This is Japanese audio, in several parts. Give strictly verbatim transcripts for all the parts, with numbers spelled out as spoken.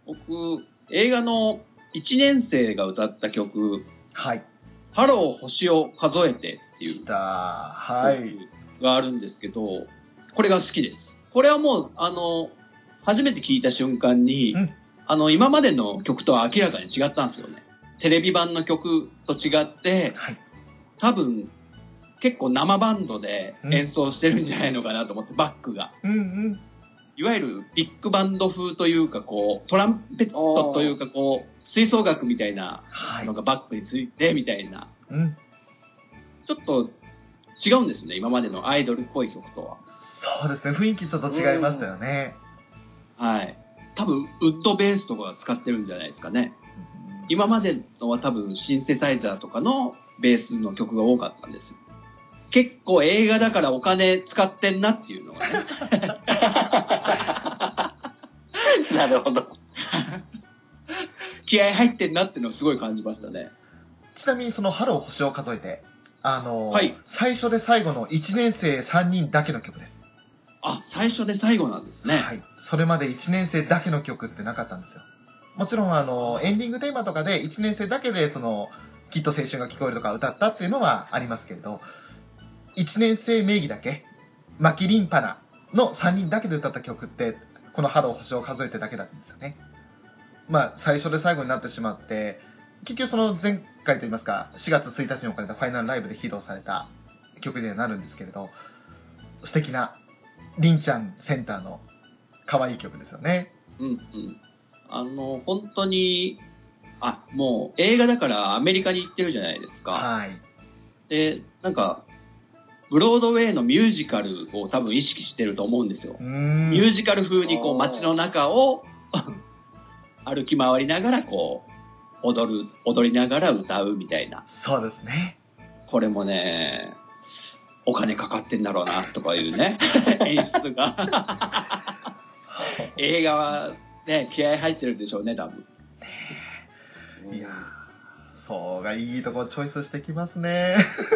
僕、映画のいちねん生が歌った曲、 はい。 ハロー星を数えてっていう曲はい。 があるんですけど、これが好きです。これはもう、あの、初めて聴いた瞬間に、うん、あの、今までの曲とは明らかに違ったんですよね。テレビ版の曲と違って、はい、多分、結構生バンドで演奏してるんじゃないのかなと思って、うん、バックが。うんうん、いわゆるビッグバンド風というか、こう、トランペットというか、こう、吹奏楽みたいなのがバックについて、みたいな。うん、ちょっと違うんですね、今までのアイドルっぽい曲とは。 そうですね、雰囲気ちょっと違いましたよね。 はい。多分、ウッドベースとか使ってるんじゃないですかね。うん、今までのは多分、シンセサイザーとかのベースの曲が多かったんです。結構映画だからお金使ってんなっていうのがね。 なるほど。 気合入ってんなっていうのをすごい感じましたね。 ちなみにそのハロー星を数えて、あの、 はい、 最初で最後のいちねん生さんにんだけの曲です。 あ、最初で最後なんですね。 はい。それまでいちねん生だけの曲ってなかったんですよ。もちろんあの、エンディングテーマとかでいちねん生だけでその、きっと青春が聞こえるとか歌ったっていうのはありますけれど、いちねん生名義だけ、マキリンパナのさんにんだけで歌った曲って、このハロー星を数えてだけだったんですよね。まあ、最初で最後になってしまって、結局その前回といいますか、しがつついたちに行われたファイナルライブで披露された曲にはなるんですけれど、素敵な、りんちゃんセンターの可愛い曲ですよね。 うんうん。あの、本当に、あ、もう映画だからアメリカに行ってるじゃないですか。 はい。 で、なんか、ブロードウェイのミュージカルを多分意識してると思うんですよ。ミュージカル風にこう街の中を歩き回りながらこう踊る、踊りながら歌うみたいな。 そうですね。 これもね、お金かかってんだろうなとかいうね、演出が。映画はね、気合入ってるんでしょうね、多分。 いやー、そうがいいとこチョイスしてきますね。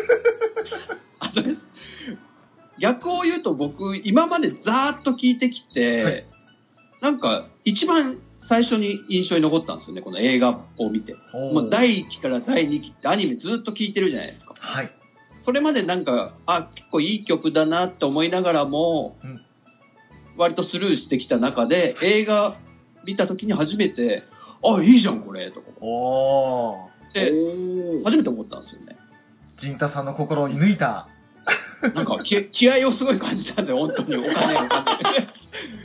逆を言うと僕、今までざーっと聞いてきて、はい、なんか一番最初に印象に残ったんですよね、この映画を見て。もうだいいちきからだいにきってアニメずっと聞いてるじゃないですか。 はい。 それまでなんか、あ、結構いい曲だなって思いながらも、うん、割とスルーしてきた中で、映画見た時に初めて、あ、いいじゃんこれとか。 おー。で、初めて思ったんですよね。 陣太さんの心を射抜いた。 なんか気、気合をすごい感じたんで、本当にお金をかけて。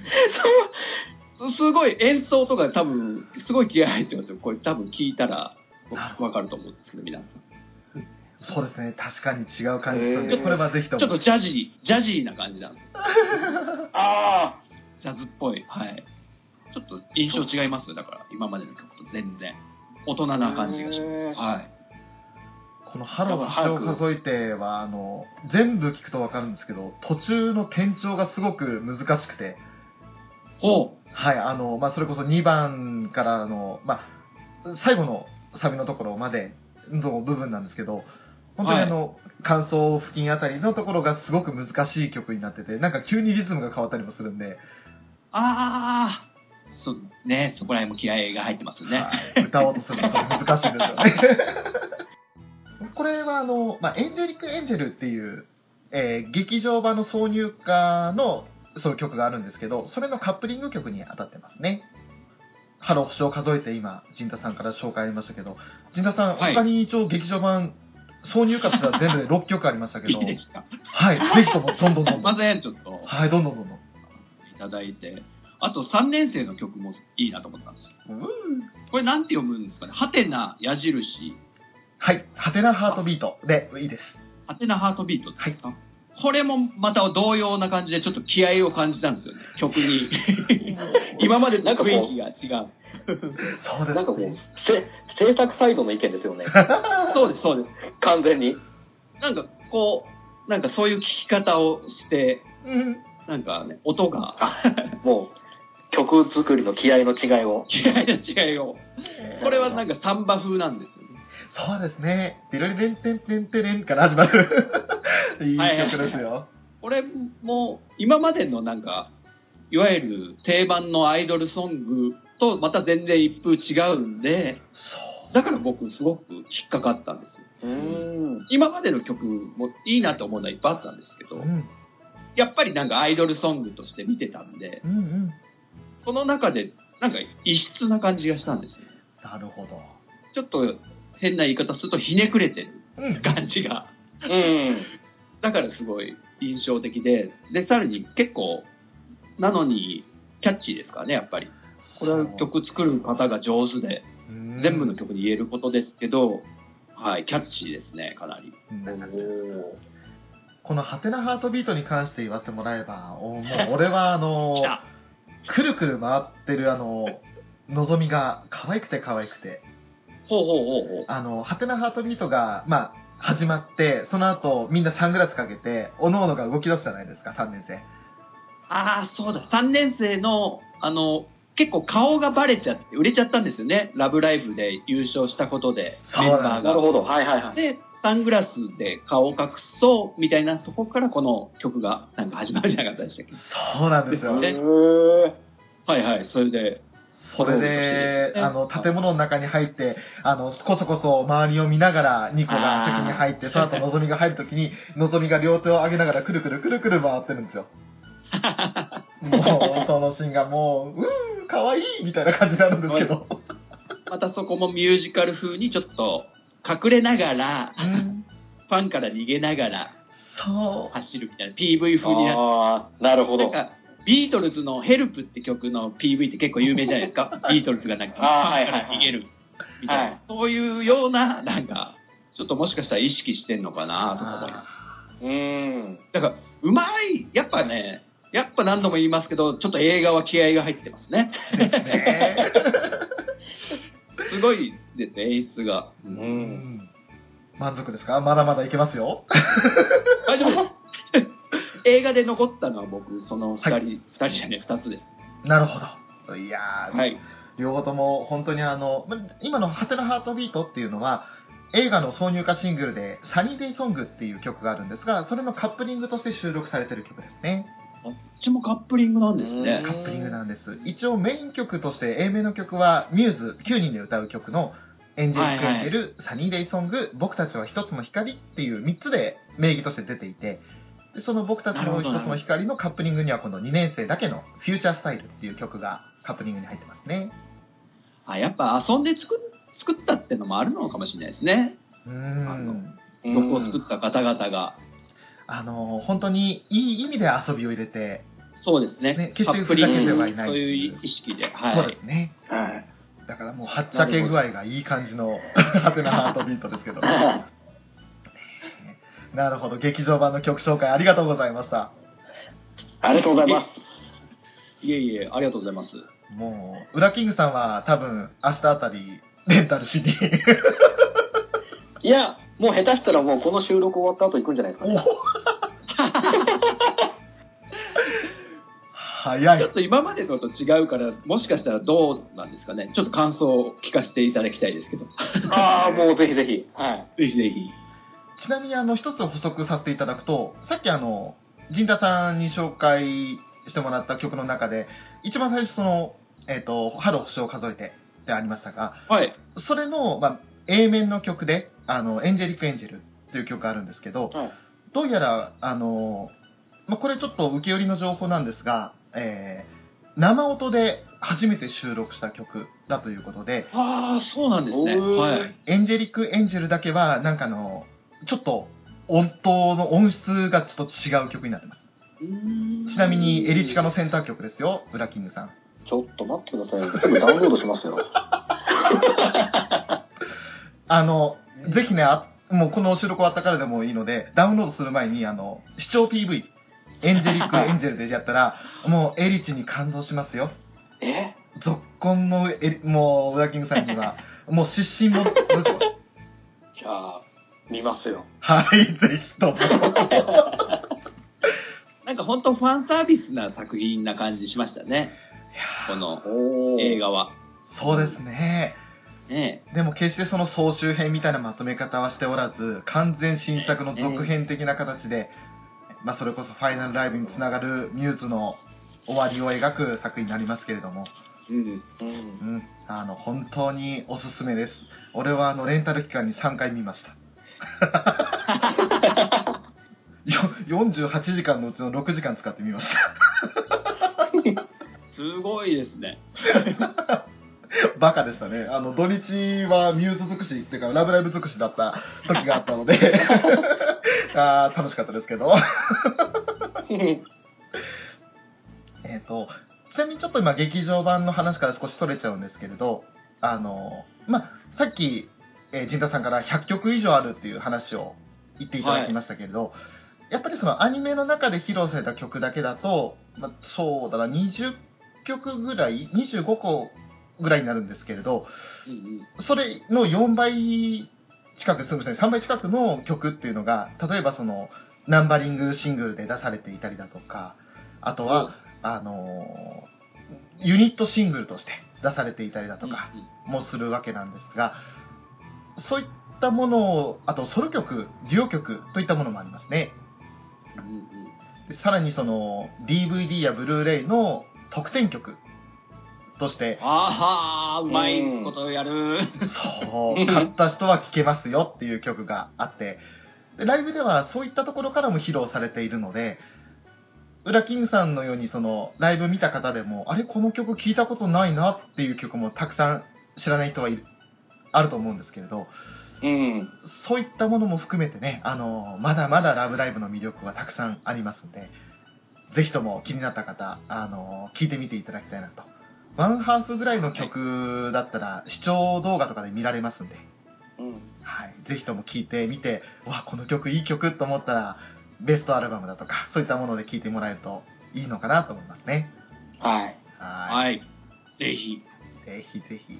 すごい演奏とか多分、すごい気合入ってますよ。これ多分聞いたらわかると思うんですけど、皆さん。 そうですね、確かに違う感じするんで、これはぜひとも。 ちょっとジャジー、ジャジーな感じなんです。ああ、ジャズっぽい。はい。ちょっと印象違いますよ。だから、今までの曲と全然。大人な感じがします。はい。 このハロー星を数えては、あの、全部聞くとわかるんですけど、途中の転調がすごく難しくて。 ほう。 はい、あの、まあ、それこそにばんからの、まあ、最後のサビのところまでの部分なんですけど、本当にあの、はい、感想付近あたりのところがすごく難しい曲になってて、なんか急にリズムが変わったりもするんで。 ああ、そうね、そこら辺も気合が入ってますよね。 はい、歌おうとすると難しいんですよね。これはあの、まあ、エンジェリック・エンジェルっていう、えー、劇場版の挿入歌のそういう曲があるんですけど、それのカップリング曲に当たってますね。ハロー星を数えて今、陣田さんから紹介ありましたけど、陣田さん、はい、他に一応劇場版挿入歌っては全部でろっきょくありましたけど、 いいですか？ はい、ぜひともどんどんどんどん。 ません、ちょっと。 はい、どんどんどんどん。いただいて。あとさんねん生の曲もいいなと思ったんです。うん、これなんて読むんですかね？はてな矢印。 はい、はてなハートビートでいいです。 はてなハートビートですか？はい、これもまた同様な感じでちょっと気合を感じたんですよね、曲に。今までと雰囲気が違う。 そうですね。なんかこう、制作サイドの意見ですよね。 そうです、そうです。 完全に。 なんかこう、なんかそういう聴き方をして、うん、なんかね、音が。 もう、曲作りの気合の違いを。 気合の違いを。これはなんかサンバ風なんですよね。 そうですね。テレレンテンテンテレンから始まるいい曲ですよ。はい、 これも今までのなんかいわゆる定番のアイドルソングとまた全然一風違うんで、だから僕すごく引っかかったんですよ。 うん。 今までの曲もいいなと思うのはいっぱいあったんですけど、 うん、 やっぱりなんかアイドルソングとして見てたんで、 うん、うん。 その中でなんか異質な感じがしたんですよ。 なるほど。 ちょっと変な言い方するとひねくれてるうん。 感じが。 うん。 だからすごい印象的で、で、さらに結構、なのにキャッチーですからね、やっぱり。これは曲作る方が上手で、 うん全部の曲に言えることですけど、はい、キャッチーですね、かなり。 うんこのハテナハートビートに関して言わせてもらえば、おもう俺はあの来、たくるくる回ってるあの、のぞみが可愛くて可愛くて、 ほうほうほうほう。 あの、ハテナハートビートが、まあ、始まって、その後みんなサングラスかけて、おのおのが動き出すじゃないですか、さんねん生。 ああ、そうだ、さんねん生の、あの、結構顔がバレちゃって、売れちゃったんですよね。ラブライブで優勝したことで、メンバーが。 なるほど。はいはいはい。 で、サングラスで顔を隠そうみたいなとこからこの曲がなんか始まるんじゃなかったでしたっけ？ そうなんですよ。 ねへー。 はいはい、それで。 それで、 ねあの、建物の中に入って、あの、こそこそ周りを見ながら、ニコが先に入って、その後、のぞみが入るときに、のぞみが両手を上げながら、くるくるくるくる回ってるんですよ。もう、そのシーンがもう、うーん、かわいいみたいな感じになるんですけど。 またそこもミュージカル風にちょっと隠れながら、 うん、 ファンから逃げながらそう。 走るみたいな ピーブイ 風になって。 ああ、なるほど。 なんか、ビートルズのヘルプって曲の ピーブイ って結構有名じゃないですか。ビートルズがなんか、フあーァンから逃げるみたいな。 はいそういうような、なんか、ちょっともしかしたら意識してんのかなとか思います。 うーん。 だから、うまい、やっぱね、やっぱ何度も言いますけど、ちょっと映画は気合が入ってますね。 ですね。 すごいですね、演出が。 う。 うんん。満足ですか？まだまだいけますよ。 大丈夫です。映画で残ったのは僕、その二人、 は二、人じゃね、二つです。 なるほど。いやー、 はい。 両方とも本当にあの、ま今のハテナハートビートっていうのは、映画の挿入歌シングルで、サニーデイソングっていう曲があるんですが、それのカップリングとして収録されてる曲ですね。 どっちもカップリングなんですうんね。 カップリングなんです。一応メイン曲として A 面の曲は、ミューズきゅうにんで歌う曲の、エンジェリックエンジェル、サニーデイソング、僕たちは一つの光っていうみっつで名義として出ていて、でその僕たちの一つの光のカップリングにはこのにねん生だけのフューチャースタイルっていう曲がカップリングに入ってますね。 あ、やっぱ遊んで作っ作ったってのもあるのかもしれないですね。 うーん。 曲を作った方々が。 あの、本当にいい意味で遊びを入れて、 そうですね。 ね決してカップリングふざけてはいないそういう意識で。はい。 そうですね。 はい。 だからもうはっちゃけ具合がいい感じのハテナハートビートですけど。なるほど。劇場版の曲紹介ありがとうございました。 ありがとうございます。 いえいえ、ありがとうございます。 もう、ウラキングさんは多分明日あたりレンタルしに。 いや、もう下手したらもうこの収録終わった後行くんじゃないですか、ね。 早い。 ちょっと今までのと違うから、もしかしたらどうなんですかね。ちょっと感想を聞かせていただきたいですけど。 ああ、もうぜひぜひ。はい。 ぜひぜひ。 ちなみにあの、一つ補足させていただくと、さっきあの、陣田さんに紹介してもらった曲の中で、一番最初その、えっ、と、春星を数えてでありましたが、 はい。 それの、まあ、A 面の曲で、あの、エンジェリック・エンジェルという曲があるんですけど、 はい。 どうやら、あの、まあ、これちょっと受け寄りの情報なんですが、えー、生音で初めて収録した曲だということで、 ああ、そうなんですね。 おーはい。 エンジェリック・エンジェルだけは、なんかあの、ちょっと音頭の音質がちょっと違う曲になってます。 うーんちなみに、エリチカのセンター曲ですよ、ブラキングさん。 ちょっと待ってくださいよ。すぐダウンロードしますよ。 あの、ぜひね、あもうこの収録終わったからでもいいので、ダウンロードする前に、あの、視聴 ピーブイ、エンジェリック・エンジェルでやったら、もうエリチに感動しますよ。 えぞっこんのエリ、もう、ブラキングさんには、もう失神もですよ。 じゃあ、見ますよ。 はい、ぜひとも。 なんか本当ファンサービスな作品な感じしましたね。このおー映画は。 そうですね。 ねでも決してその総集編みたいなまとめ方はしておらず、完全新作の続編的な形で、まあそれこそファイナルライブにつながるミューズの終わりを描く作品になりますけれども、 うん。うん。 うん。あの、本当におすすめです。俺はあの、レンタル期間にさんかい見ました。よんじゅうはちじかんのうちのろくじかん使ってみました。 すごいですね。 バカでしたね。あの、土日はミューズ尽くしっていうか、ラブライブ尽くしだった時があったので、あー楽しかったですけど。えっと、ちなみにちょっと今、劇場版の話から少しそれちゃうんですけれど、あの、ま、さっき、えー、陣田さんからひゃっきょく以上あるっていう話を言っていただきましたけれど、はい、やっぱりそのアニメの中で披露された曲だけだと、ま、そうだな、にじゅっきょくぐらい、にじゅうごこぐらいになるんですけれど、うんうん、それのよんばい近く、すみません、さんばい近くの曲っていうのが、例えばその、ナンバリングシングルで出されていたりだとか、あとは、あの、ユニットシングルとして出されていたりだとかもするわけなんですが、そういったものを、あとソロ曲、デュオ曲といったものもありますね。でさらにその ディーブイディー やブルーレイの特典曲として、 ああ、うまいことやる。 そう、買った人は聴けますよっていう曲があって、でライブではそういったところからも披露されているので、ウラキングさんのようにそのライブ見た方でも、あれこの曲聴いたことないなっていう曲もたくさん知らない人はいる、あると思うんですけれど、うん、そういったものも含めてね、あのまだまだラブライブの魅力はたくさんありますので、ぜひとも気になった方、あの聴いてみていただきたいなと。ワンハーフぐらいの曲だったら視聴動画とかで見られますんで、うんはい、ぜひとも聴いてみて、わこの曲いい曲と思ったらベストアルバムだとかそういったもので聴いてもらえるといいのかなと思いますね。 はいはい、はい、ぜひぜひぜひ。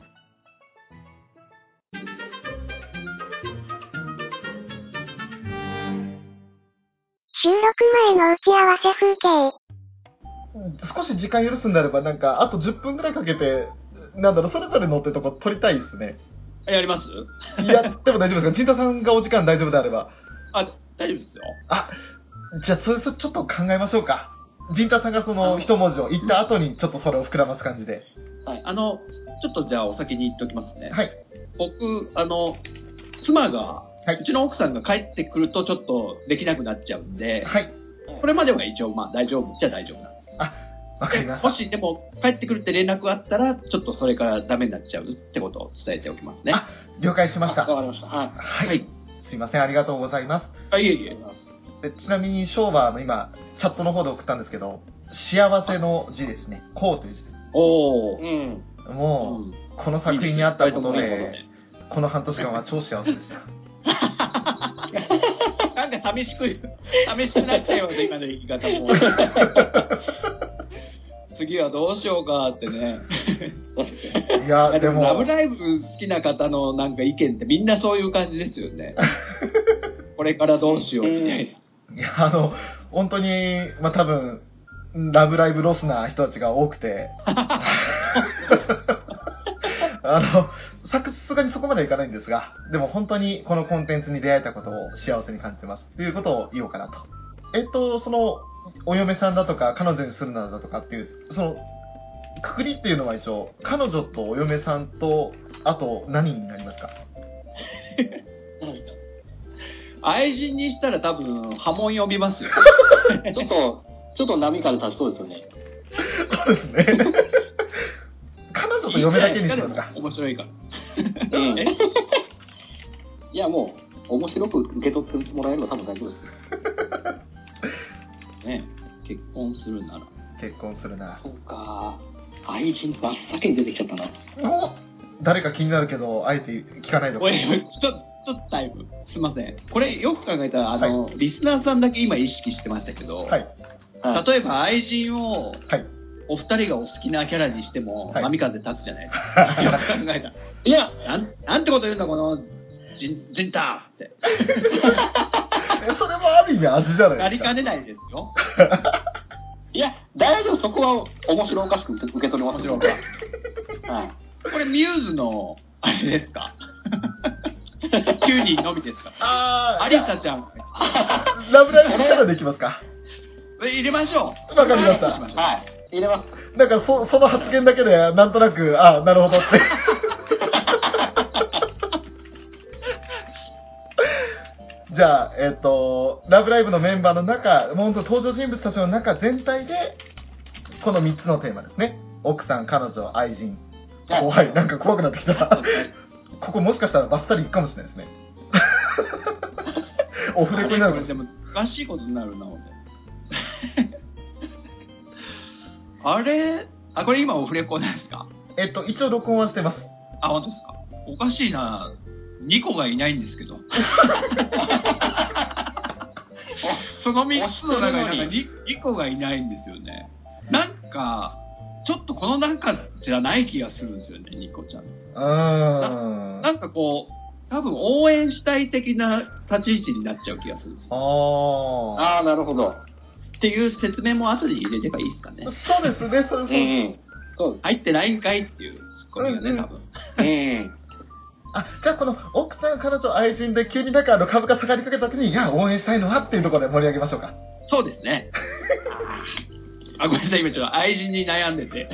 収録前の打ち合わせ風景。 少し時間許すんであれば、なんか、あとじゅっぷんくらいかけて、なんだろう、それぞれ乗ってるとこ撮りたいですね。 やりますいや、でも大丈夫ですか？陣田さんがお時間大丈夫であれば。 あ、大丈夫ですよ。 あ、じゃあ、それちょっと考えましょうか。陣田さんがその一文字を言った後に、ちょっとそれを膨らます感じで。 はい。あの、ちょっとじゃあお先に言っておきますね。 はい。 僕、あの、妻が、はい、うちの奥さんが帰ってくるとちょっとできなくなっちゃうんで、はい。これまでは一応まあ大丈夫じゃ大丈夫なんです。 あ、わかりました。 もしでも帰ってくるって連絡があったら、ちょっとそれからダメになっちゃうってことを伝えておきますね。 あ、了解しました。 わかりました。はい。 はい。すいません、ありがとうございます。 あ、いえいえ。 でちなみに、ショーバーの今、チャットの方で送ったんですけど、幸せの字ですね。こうという字です。 おー。 うん。もう、うん、この作品にあったことで、いいでね、この半年間は超幸せでした。 なんか寂しく、寂しくなっちゃいます、今の生き方も。次はどうしようかってね。 いや、でも。 ラブライブ好きな方のなんか意見ってみんなそういう感じですよね。これからどうしようみたいな。いや、あの、本当に、まあ、多分、ラブライブロスな人たちが多くて。あの、さすがにそこまではいかないんですが、でも本当にこのコンテンツに出会えたことを幸せに感じてます。ということを言おうかなと。えっと、その、お嫁さんだとか、彼女にするなだとかっていう、その、くくりっていうのは一応、彼女とお嫁さんと、あと何になりますか？ 愛人にしたら多分波紋呼びますよ。 ちょっと、ちょっと波から立ちそうですよね。 そうですね。彼女と嫁だけにしますか？ 面白いから。 うん、いや、もう、面白く受け取ってもらえれば多分大丈夫です。 ね、結婚するなら。 結婚するなら。 そうか。愛人真っ先に出てきちゃったな。 お誰か気になるけど、あえて聞かないでおく。 ちょっと、ちょっとタイプ。すいません。これよく考えたら、あの、はい、リスナーさんだけ今意識してましたけど、はい、例えば愛人を、はいお二人がお好きなキャラにしても、はい、波風立つじゃないですか。よく考えた。いや、なん、なんてこと言うんだ、この、ジン、ジンターって。 それもある意味味じゃないですか。 なりかねないですよ。 いや、大丈夫、そこは面白おかしく受け取りますよ。面白おかはい。これミューズの、あれですかきゅうにんのみですかあー、アリサちゃん。 ラブライブからできますか入れましょう。 わかりました。 はい。入れます。 なんかそ、その発言だけで、なんとなく、あ、なるほどって。じゃあ、えっ、ー、と、ラブライブのメンバーの中、もう本当登場人物たちの中全体で、このみっつのテーマですね。奥さん、彼女、愛人。怖い。なんか怖くなってきた。ここもしかしたらバッサリいくかもしれないですね。オフレコになるかもしれない。 でも、難しいことになるな、俺。あれあ、これ今オフレコなんですか？ えっと、一応録音はしてます。 あ、本当ですか？おかしいな。にこがいないんですけど。そのみっつの中になんか 2, 2個がいないんですよね。なんか、ちょっとこの中じゃない気がするんですよね、ニコちゃん。 うーん。 な, なんかこう、多分応援したい的な立ち位置になっちゃう気がするんですよ。 ああー、なるほど。 っていう説明も後で入れればいいですかね。 そうですね、そうそう。うん、 そう入ってないんかいっていうツッコミがね、うんうん、多分。 うん。 あ、じゃあこの奥さん、彼女、愛人で急になんかあの株が下がりかけた時に、いや、応援したいのはっていうところで盛り上げましょうか。 そうですね。あ、ごめんなさい、今ちょっと愛人に悩んでて。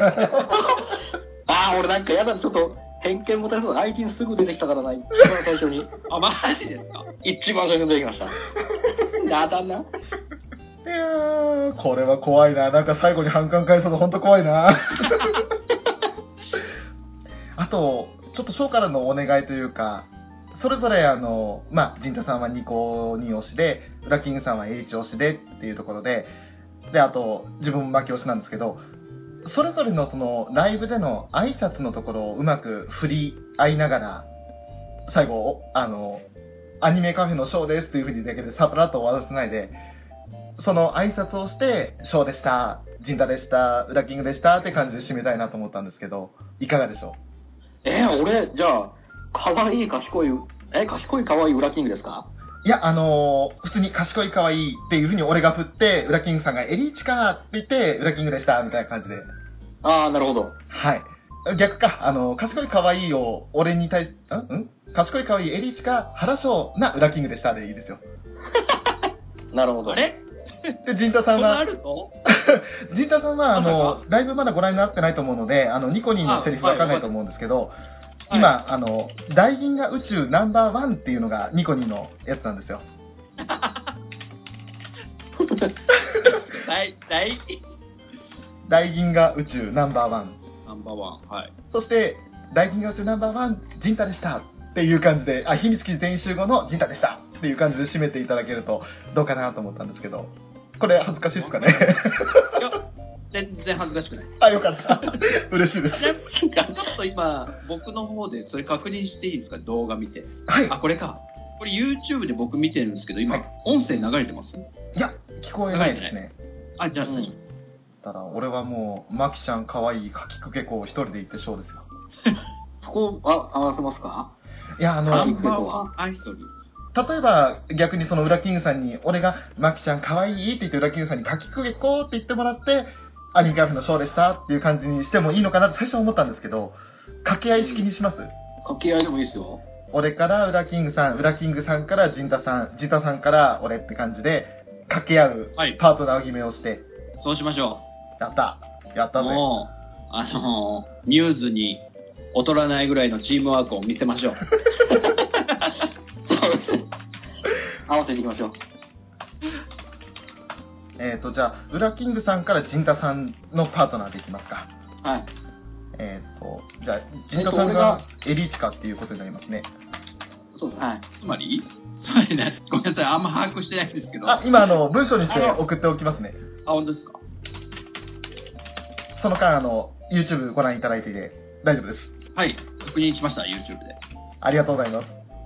あー、俺なんかやだ、ちょっと偏見持たれそう。愛人すぐ出てきたからな、一番最初に。 あ、マジですか？ 一番最初に出てきました。やだな。 いやー、これは怖いな。なんか最後に反感返すの本当怖いな。あと、ちょっとショーからのお願いというか、それぞれあの、まあ、陣太さんはニコに推しで、ウラキングさんは H 推しでっていうところで、で、あと、自分もマキ推しなんですけど、それぞれのその、ライブでの挨拶のところをうまく振り合いながら、最後、あの、アニメカフェのショーですっていう風にだけでサプラッと終わらせないで、その挨拶をして、ショーでした、陣太でした、ウラキングでしたって感じで締めたいなと思ったんですけど、いかがでしょう？ えー、俺、じゃあ、かわいい、賢い、え、賢いかわいいウラキングですか？ いや、あのー、普通に賢いかわいいっていう風に俺が振って、ウラキングさんがエリーチかって言って、ウラキングでしたみたいな感じで。 あー、なるほど。 はい。逆か、あの、賢いかわいいを俺に対し、んん賢いかわいいエリーチか、原章なウラキングでしたでいいですよ。 なるほど。 あれで、陣太さんは、 あると陣太さんは、あの、ライブまだご覧になってないと思うので、あの、ニコニーのセリフわかんないと思うんですけど、はい、今、あの、大銀河宇宙ナンバーワンっていうのがニコニーのやつなんですよ。 大、大大銀河宇宙ナンバーワン。 ナンバーワン、はい。 そして、大銀河宇宙ナンバーワン、陣太でしたっていう感じで、あ、秘密基地全員集合の陣太でしたっていう感じで締めていただけるとどうかなと思ったんですけど、これ恥ずかしいですかね？ いや、全然恥ずかしくない。 あ、よかった。嬉しいです。 ちょっと今、僕の方でそれ確認していいですか？動画見て。 はい。 あ、これか。これ YouTube で僕見てるんですけど、今、はい、音声流れてます？ いや、聞こえないですね。 あ、じゃあ、うん、 ただ、俺はもう、マキちゃん可愛いかきくけ子を一人で行ってショーですよ。 そこ、あ、合わせますか？ いや、あの、 ナンバーワンアイドル。 例えば、逆にそのウラキングさんに、俺が、マキちゃん可愛いって言って、ウラキングさんにかきくけ子って言ってもらって、アニカフのショーでしたっていう感じにしてもいいのかなって最初思ったんですけど、掛け合い式にします？ 掛け合いでもいいですよ。 俺からウラキングさん、ウラキングさんからジンタさん、ジンタさんから俺って感じで、掛け合うパートナー決めをして。はい、 そうしましょう。やった。やったぜ。 もう、あのー、ミューズに劣らないぐらいのチームワークを見せましょう。 そうですね。合わせていきましょう。 えっと、じゃあ、ウラキングさんからジンタさんのパートナーでいきますか。 はい。 えっと、じゃあ、ジンタさんがエリーチカっていうことになりますね。 そうです。はい。 つまりつまりね、ごめんなさい、あんま把握してないんですけど。 あ、今、あの、文章にして送っておきますね。 あ、本当ですか？ その間、あの、YouTube ご覧いただいていて大丈夫です。 はい、確認しました、YouTube で。 ありがとうございます。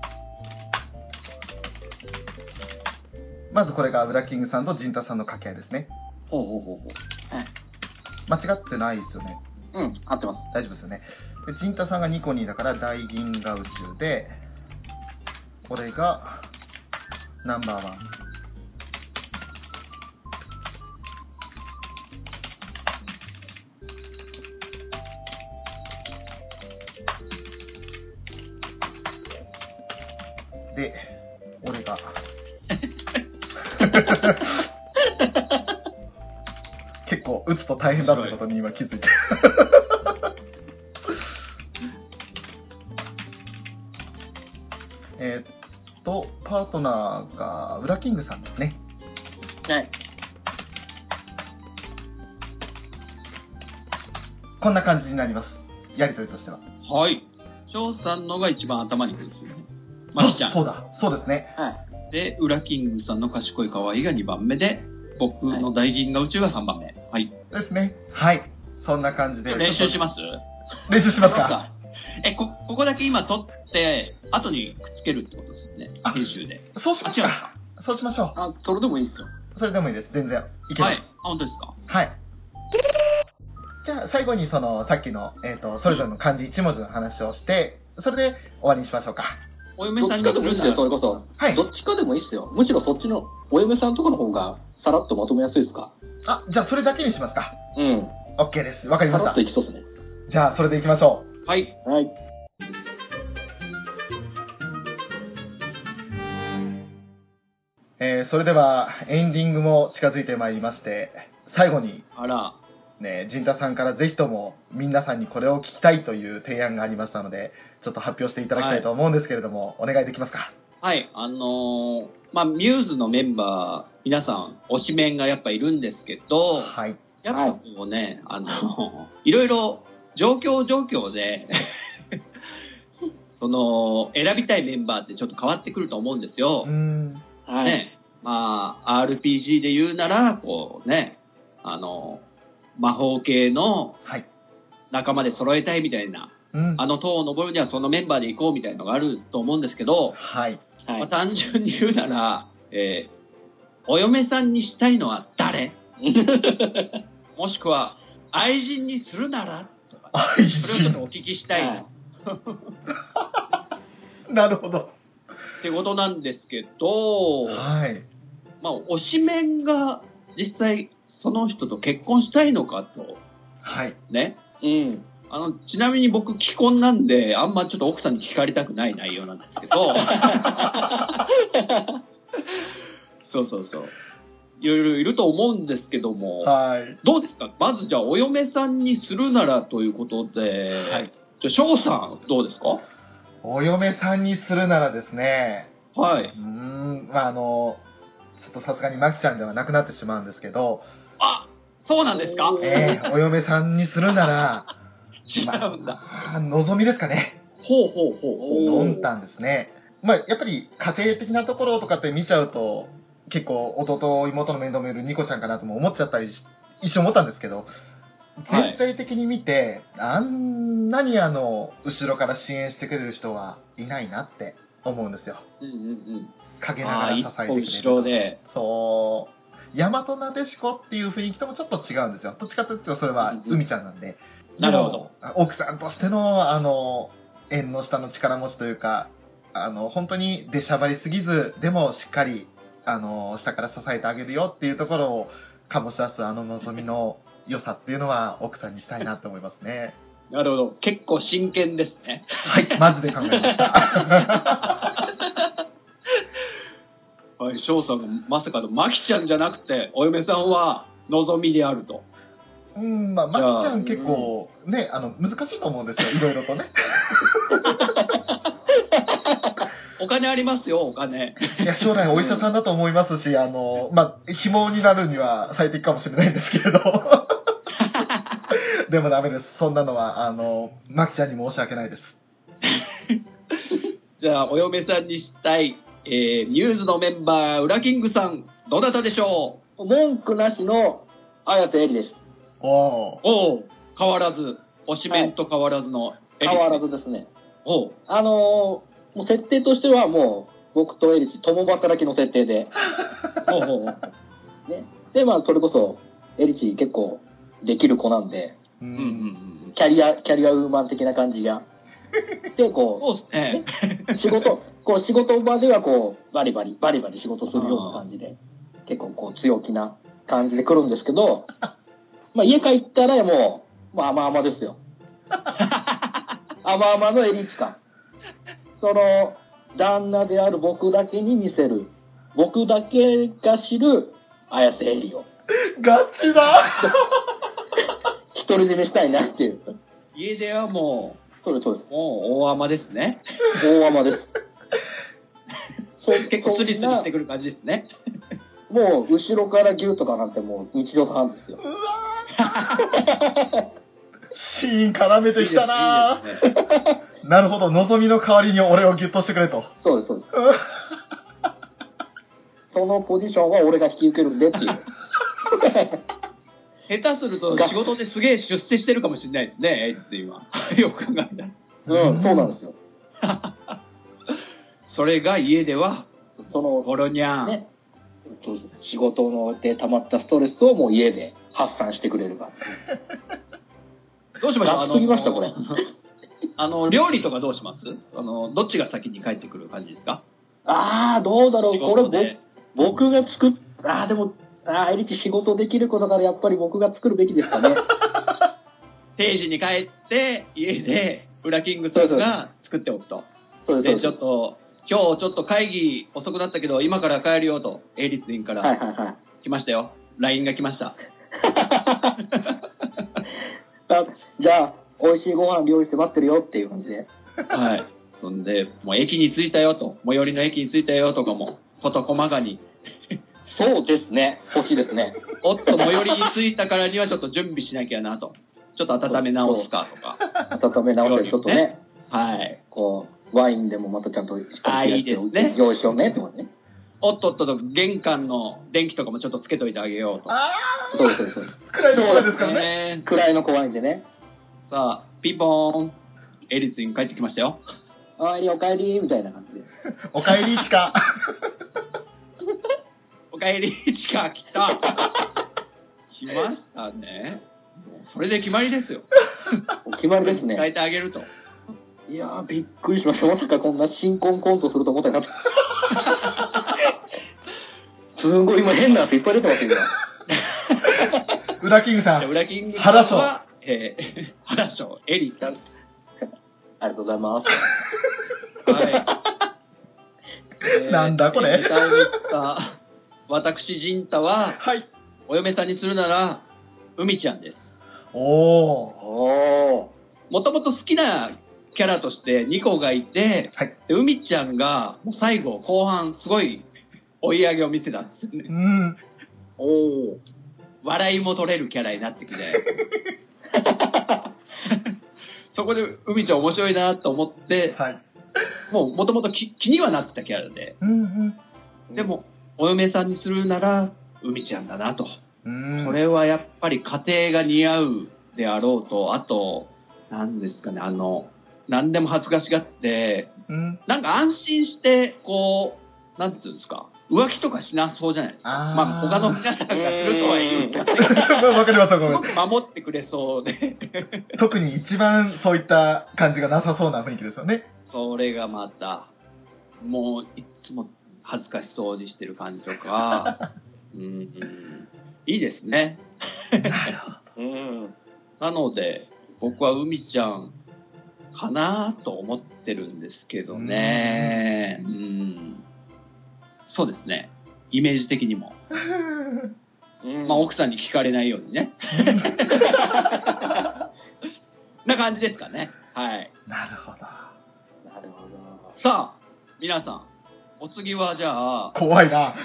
まずこれがウラキングさんとジンタさんの掛け合いですね。 ほうほうほうほう。 はい。 間違ってないですよね。 うん、合ってます。 大丈夫ですよね。でジンタさんがニコニーだから大銀河宇宙で、これがナンバーワン。で、俺が結構打つと大変だってことに今気づいて。えっと、パートナーがウラキングさんですね。 はい。 こんな感じになります。やりとりとしては。 はい。翔さんのが一番頭にくるんですよね。マキちゃん。 そうだ、そうですね。 はい。 で、ウラキングさんの賢い可愛いがにばんめで、僕の大銀河宇宙がさんばんめ。はい。 ですね。はい。そんな感じで。 練習します練習しますか？ え、こ、ここだけ今撮って、後にくっつけるってことですね。編集で。 そうしますか。そうしましょう。 あ、それでもいいですよ。 それでもいいです。全然いけます。 はい。あ、本当ですか？ はい。じゃあ、最後にその、さっきの、えっと、それぞれの漢字いち文字の話をして、それで終わりにしましょうか。 お嫁どっちさんにするかでもいいですよ、それこそ。 はい。 どっちかでもいいですよ。むしろそっちの、お嫁さんとかの方が、さらっとまとめやすいですか？ あ、じゃあそれだけにしますか。 うん。 OK です。わかりましたさらっと。いきそうですね。 じゃあ、それでいきましょう。 はい。 はい。 えー、それでは、エンディングも近づいてまいりまして、最後に、 あら。 ね、陣田さんからぜひとも皆さんにこれを聞きたいという提案がありましたので、ちょっと発表していただきたいと思うんですけれども、はい、お願いできますか？ はい、あのー、まあ、ミューズのメンバー、皆さん、推しメンがやっぱいるんですけど、 はい。 やっぱこうね、あの、いろいろ状況状況で、その、選びたいメンバーってちょっと変わってくると思うんですよ。 うーん。 はい。 ね、まあ、アールピージー で言うなら、こうね、あの、魔法系の仲間で揃えたいみたいな、 うん、 あの塔を登るにはそのメンバーで行こうみたいなのがあると思うんですけど、 はい。 まあ、単純に言うなら、えー、お嫁さんにしたいのは誰もしくは、愛人にするならとか、 愛人。 それをちょっとお聞きしたい。はい、 なるほど。 ってことなんですけど、 はい。 まあ、推しメンが実際その人と結婚したいのかと。 はい。 ね。うん。あの、ちなみに僕、既婚なんで、あんまちょっと奥さんに聞かれたくない内容なんですけど。そうそうそう。いろいろいると思うんですけども、 はい。 どうですか？まずじゃあ、お嫁さんにするならということで、はい。じゃあ、翔さん、どうですか？ お嫁さんにするならですね、 はい。 うーん、まあ、あの、ちょっとさすがにマキちゃんではなくなってしまうんですけど、 あ、そうなんですか？ ええー、お嫁さんにするなら、 違うんだ。 まあ、望みですかね。 ほうほうほうほう。 のんたんですね。まあ、やっぱり家庭的なところとかって見ちゃうと、結構弟、妹の面倒見るニコちゃんかなとも思っちゃったりし、一瞬思ったんですけど、全体的に見て、はい、あんなにあの、後ろから支援してくれる人はいないなって思うんですよ。 うんうんうん。 陰ながら支えてくれる。 後ろで。 そう。大和なでしこっていう雰囲気ともちょっと違うんですよ。どっちかというとそれは海ちゃんなんで。 うん、なるほど。 奥さんとしての、あの、縁の下の力持ちというか、あの、本当に出しゃばりすぎず、でもしっかり、あの、下から支えてあげるよっていうところを醸し出すあの望みの良さっていうのは奥さんにしたいなと思いますね。 なるほど。結構真剣ですね。 はい、マジで考えました。 はい、翔さんがまさかのマキちゃんじゃなくて、お嫁さんは望みであると。 うん、まあ、マキちゃん結構、ね、あの、難しいと思うんですよ、いろいろとね。 お金ありますよ、お金。 いや、将来お医者さんだと思いますし、あの、まあ、紐になるには最適かもしれないんですけれど。でもダメです。そんなのは、あの、マキちゃんに申し訳ないです。 じゃあ、お嫁さんにしたい、えー、ミューズのメンバー、ウラキングさん、どなたでしょう？文句なしの、綾瀬エリです。 おお。 お変わらず、推しメンと変わらずのエリ、はい、変わらずですね。 おあのー、もう設定としてはもう、僕とエリチ、共働きの設定で。ほうほうほう。ね。で、まあ、それこそ、エリチ結構できる子なんで、 うんうんうん、 キャリア、キャリアウーマン的な感じが。で、こう、 そうですね。 ね、仕事、こう仕事場ではこう、バリバリ、バリバリ仕事するような感じで、結構こう強気な感じで来るんですけど、まあ家帰ったらもう、もう甘々ですよ。甘々のエリチ感。その、旦那である僕だけに見せる、僕だけが知る綾瀬エリをガチだ独り占めしたいなっていう。 家ではもそうです、そうです。 う、もう大甘ですね。 大甘です。 そう結構スリスリしてくる感じですね。 もう、後ろからギューとかなんてもう日常茶飯ですよ。 うわーシーン絡めてきたなー。 いいですね。 なるほど、望みの代わりに俺をギュッとしてくれと。 そうです、そうです。そのポジションは俺が引き受けるんでっていう。 下手すると仕事ですげえ出世してるかもしれないですね、エイジって今。よく考えたら。 うん、そうなんですよ。 それが家では、 その、 ゴロニャン。 ね、仕事ので溜まったストレスをもう家で発散してくれるから。 どうしましょう、 ガッツりましたこれ。 あの、料理とかどうします？あの、どっちが先に帰ってくる感じですか？ あー、どうだろう。これで僕が作っ、あー、でも、あー、エリチ仕事できることからやっぱり僕が作るべきですかね。 定時に帰って、家で、ウラキングさんが作っておくと。 そうです。 で、ちょっと、今日ちょっと会議遅くなったけど、今から帰るよと、エイリスインからはいはいはい。 来ましたよ。ライン が来ました。 あじゃあ、美味しいご飯用意して待ってるよっていう感じで。 はい。そんで、もう駅に着いたよと、最寄りの駅に着いたよとかも、事細かに。 そうですね。欲しいですね。 おっと、最寄りに着いたからにはちょっと準備しなきゃなと。ちょっと温め直すかとか。 温め直してちょっとね。 はい。 こう、ワインでもまたちゃんとしっあーいいかり冷ですね。 用意しようねとかね。 おっとっとと、玄関の電気とかもちょっとつけといてあげようと。 あそうです、そうです。 ー暗いところですからね。 ね暗いの怖いんでね。 さあ、ピンポーン。エリツイン帰ってきましたよ。 あい、おかえりみたいな感じで。 おかえりしか。 おかえり、チカ来た。来ましたね。もうそれで決まりですよ。 決まりです変えね。 てあげると。 いやー、びっくりしました。まさかこんな新婚コントすると思ってなかった。すごい今変なやついっぱい出てますよ、今。 ウラキングさん。 ウラキング原賞は、えー、原賞、エリちゃん。 ありがとうございます。 はい。 なんだこれえーにかいめ来た私、ジンタは、 はい。 お嫁さんにするなら、海ちゃんです。 おー。 おー。 もともと好きなキャラとしてニコがいて、 はい。 で海ちゃんがもう最後、後半、すごい追い上げを見せたんですよね。 うん。 おー。 笑いも取れるキャラになってきて。そこで海ちゃん面白いなと思って、 はい。 もうもともと気にはなってたキャラで、 うんうん。 でも、お嫁さんにするなら、海ちゃんだなと。 うん。 それはやっぱり家庭が似合うであろうと、あと、なんですかね、あの、何でも恥ずかしがって、 うん。 なんか安心して、こう、なんていうんですか、浮気とかしなそうじゃないですか。 あーまあ、他の皆さんがするとは言うけど、 わかります、わかりすごます。 く守ってくれそうで。 特に一番そういった感じがなさそうな雰囲気ですよね。 それがまた、もういつも恥ずかしそうにしてる感じとか、うん、うん、いいですね。 なるほど。 うん。 なので、僕は海ちゃんかなと思ってるんですけどね。うん、うん、そうですね。イメージ的にも。まあ、奥さんに聞かれないようにね。な感じですかね。はい。 なるほど。 なるほど。 さあ、皆さん、お次はじゃあ、 怖いな。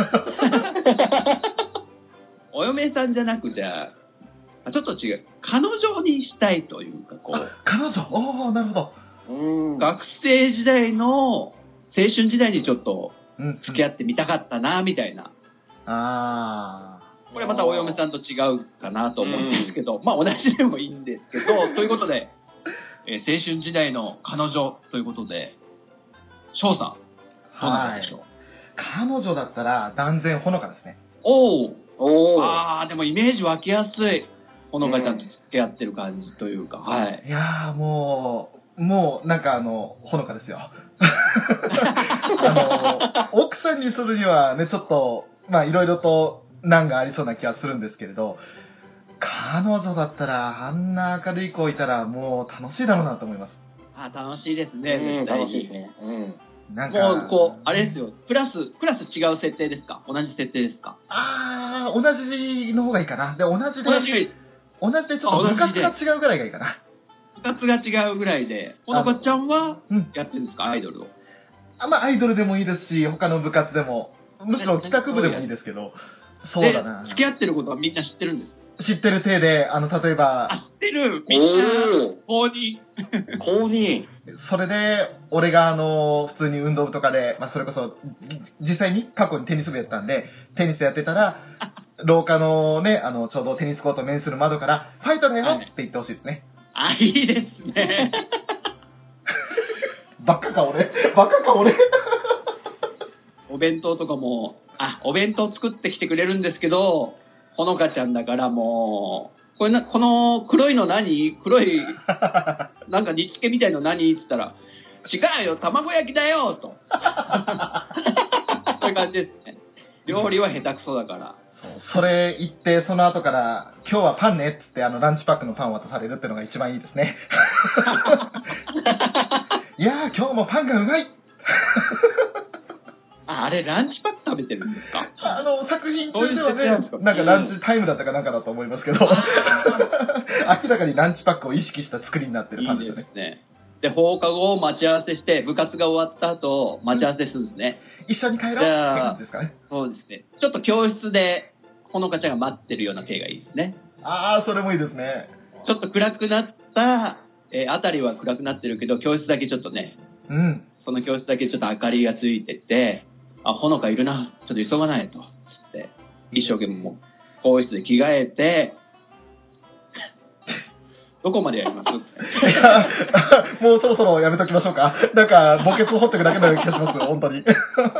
お嫁さんじゃなくじゃあ、ちょっと違う。彼女にしたいというか、こう。 彼女おー、なるほど。 うん。 学生時代の青春時代にちょっとうんうん、 付き合ってみたかったな、みたいな。 あこれまたお嫁さんと違うかなと思うんですけど、まあ同じでもいいんですけど、ということで、えー青春時代の彼女ということで、翔さん、どうなるでしょう、 彼女だったら断然ほのかですね。 おーおー。 あー、でもイメージ湧きやすい。ほのかちゃんと付き合ってる感じというか、はい。 いやーもう、もうなんかあの、ほのかですよ。あの、奥さんにするにはね、ちょっと、まあいろいろと難がありそうな気はするんですけれど、彼女だったらあんな明るい子いたらもう楽しいだろうなと思います。 あ、楽しいですね、 うん、 絶対に。 楽しいですね。うん。 なんか、 もう、こう、あれですよ。クラス、クラス違う設定ですか？同じ設定ですか？ あー、同じの方がいいかな。で、同じで、 同じがいい。 同じでちょっと部活が違うぐらいがいいかな。 部活が違うぐらいで、ほのかちゃんはうんやってるんですか、アイドルを。 あまあ、アイドルでもいいですし、他の部活でも、むしろ企画部でもいいですけど、そうだな。 で、付き合ってることはみんな知ってるんですか？ 知ってる体で、あの、例えあ、 ば、 知ってる。みんな、公認。 公認。 それで、俺があの、普通に運動部とかで、まあ、それこそ、じ実際に過去にテニス部やったんで、テニスやってたら、廊下のね、あの、ちょうどテニスコートを面する窓から、ファイトだよって言ってほしいですね。 あ、いいですね。 バカか俺バカか俺お弁当とかも、あ、お弁当作ってきてくれるんですけど、ほのかちゃんだからもう、これな、この黒いの何？黒い、なんか煮付けみたいの何って言ったら、違うよ、卵焼きだよと。そういう感じですね。料理は下手くそだから。 それ言って、その後から、今日はパンねっつって、あの、ランチパックのパンを渡されるっていうのが一番いいですね。いやー、今日もパンがうまいあ、あれ、ランチパック食べてるんですか？ あの、作品中ではね、 そういう設定なんですか？ なんかランチタイムだったかなんかだと思いますけど、明らかにランチパックを意識した作りになってるパンいいですよね。 ですね。で、放課後待ち合わせして、部活が終わった後、待ち合わせするんですね。 一緒に帰ろうってじゃあ感じですかね。 そうですね。ちょっと教室で、ほのかちゃんが待ってるような手がいいですね。 あー、それもいいですね。 ちょっと暗くなった、えー、あたりは暗くなってるけど、教室だけちょっとね、 うん。 その教室だけちょっと明かりがついてて、あ、ほのかいるな、ちょっと急がないと、つって、一生懸命もう、更衣室で着替えて、どこまでやります？ いや、もうそろそろやめときましょうか。なんか、墓穴を掘っていくだけのような気がします、本当に。 と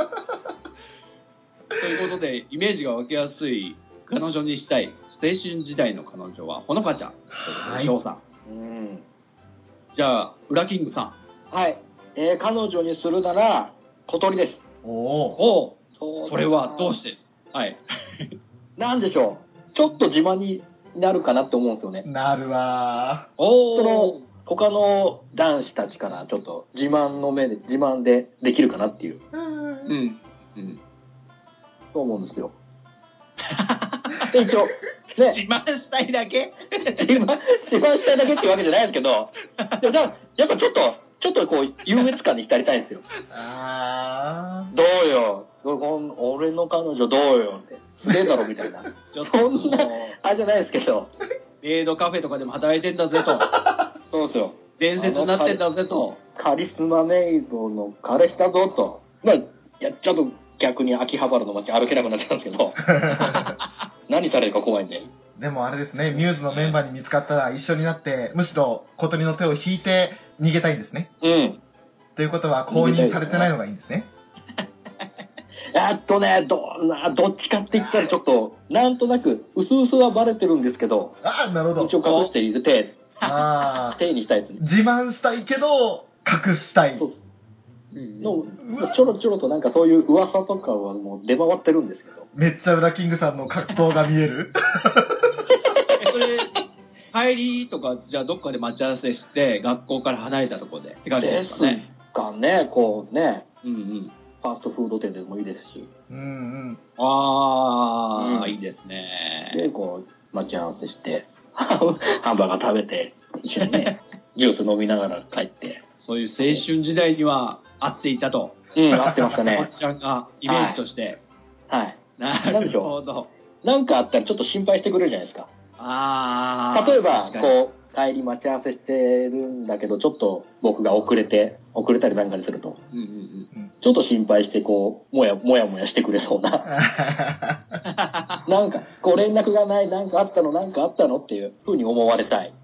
いうことで、イメージが湧きやすい彼女にしたい青春時代の彼女はほのかちゃん。 はい。 翔さん。 うん。 じゃあ、ウラキングさん。 はい。えー、彼女にするなら、小鳥です。 おお。 おう、 そうそれはどうしてですか？はい。 なんでしょう。ちょっと自慢になるかなって思うんですよね。 なるわおそのー。、 他の男子たちからちょっと自慢の目で、自慢でできるかなっていう、 ー。うん。 うん。うん。 そう思うんですよ。で、一応、ね、 自慢したいだけ自慢、自慢したいだけっていうわけじゃないですけど、でもだやっぱちょっと、ちょっとこう、優越感に浸りたいんですよ。 あどうよ、こん俺の彼女どうよって、すげえだろみたいな。 ちょっとそんな、あれじゃないですけど、 メイドカフェとかでも働いてんだぜと。 そうですよ。 伝説になってんだぜと。 カリスマメイドの彼氏だぞと。まあ、いや、ちょっと逆に秋葉原の街歩けなくなっちゃうんですけど、何されるか怖いんで。 ー。でもあれですね、ミューズのメンバーに見つかったら一緒になって、むしろ小鳥の手を引いて逃げたいんですね。 うん。 ということは公認されてないのがいいんですね。 えっとね、ど、などっちかって言ったらちょっと、なんとなく、うすうすはバレてるんですけど、 ああ、なるほ一応ど。 隠している手、 ああ、 手にしたいですね。 自慢したいけど、隠したい。 そううんのちょろちょろとなんかそういう噂とかはもう出回ってるんですけど。 めっちゃウラキングさんの格闘が見える。 え、それ、帰りとか、じゃあどっかで待ち合わせして、学校から離れたところでって感じでですすかね。 かね、こうね、 うんうん。 ファーストフード店でもいいですし。 うんうん。 あー、 うんいいですね。 で、こう、待ち合わせして、ハンバーガー食べて、一緒にね、ジュース飲みながら帰って。 そういう青春時代には合っていたと。 うん、合ってましたおばね。 ちゃんがイメージとして。 はい。 なるほど。 なんかあったらちょっと心配してくれるじゃないですか。 あー。 例えば、 確かにこう、帰り待ち合わせしてるんだけど、ちょっと僕が遅れて、遅れたりなんかにすると、 うんうんうん。 ちょっと心配して、こう、もや、もやもやしてくれそうな。なんか、こう連絡がない、なんかあったの、なんかあったのっていう風に思われたい。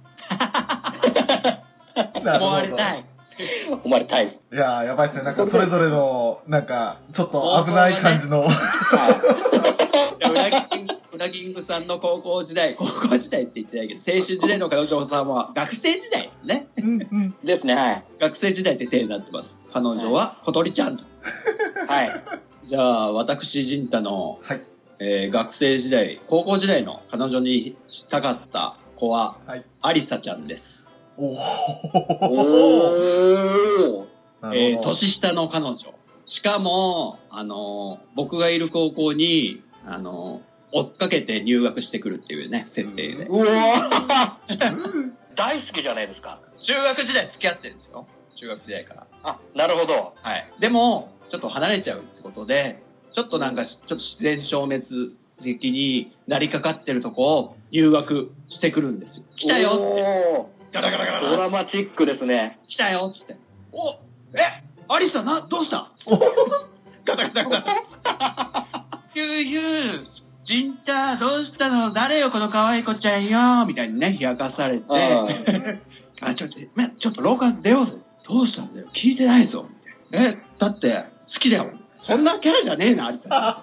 なるほど思われたい。 思われたい。 いやー、やばいっすね。なんか、それぞれの、なんか、ちょっと危ない感じの。 はいやウラキング、ウラキングさんの高校時代、高校時代って言ってないけど、青春時代の彼女さんは学生時代ですね。 うんうん。 い。ですね、はい。 学生時代って手になってます。彼女は小鳥ちゃんと。 はい。 じゃあ、私、陣太の、 はい。 えー学生時代、高校時代の彼女にしたかった子は、 はい。 アリサちゃんです。 おー。 おー。 えー、年下の彼女。しかも、あの、僕がいる高校に、あの、追っかけて入学してくるっていうね、設定で。 うわ大好きじゃないですか。 中学時代付き合ってるんですよ。中学時代から。 あ、なるほど。 はい。でも、ちょっと離れちゃうってことで、ちょっとなんか、ちょっと自然消滅的になりかかってるとこを入学してくるんですよ。来たよって。ガラガラガラガラ。 ドラマチックですね。 来たよって。お、え、アリサな、どうしたガタガタガタ。ヒューヒュー、ジンタどうしたの、誰よこの可愛い子ちゃんよみたいにね、冷やかされて、あ、ちょっと、ちょっと廊下出ようぜ。どうしたんだよ、聞いてないぞ。え、だって好きだよ。そんなキャラじゃねえな、アリサ。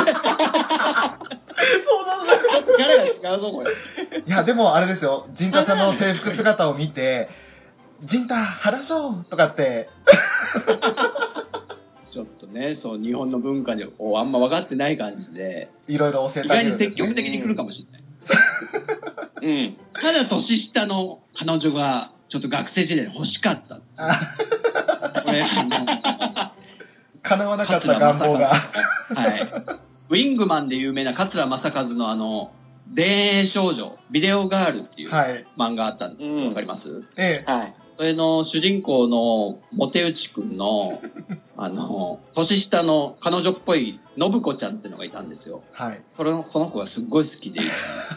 そうなんだ。 ちょっとキャラが違うぞ、これ。 いや、でもあれですよ、ジンタさんの制服姿を見て、ジンタ、話そうとかって。 ちょっとね、そう、日本の文化でこうあんま分かってない感じで、 いろいろ教えて意外にあげるんです、ね。 積極的に来るかもしれない。うん。ただ年下の彼女が、ちょっと学生時代に欲しかった。これ、あの、 叶わなかった願望が。 はい。ウィングマンで有名な桂正和のあの、田園少女、ビデオガールっていう漫画あったんです。わ、はい、かります？ ええ。はい。 それの主人公のモテ内くんの、あの、年下の彼女っぽい信子ちゃんっていうのがいたんですよ。はい。それの、その子がすっごい好きで。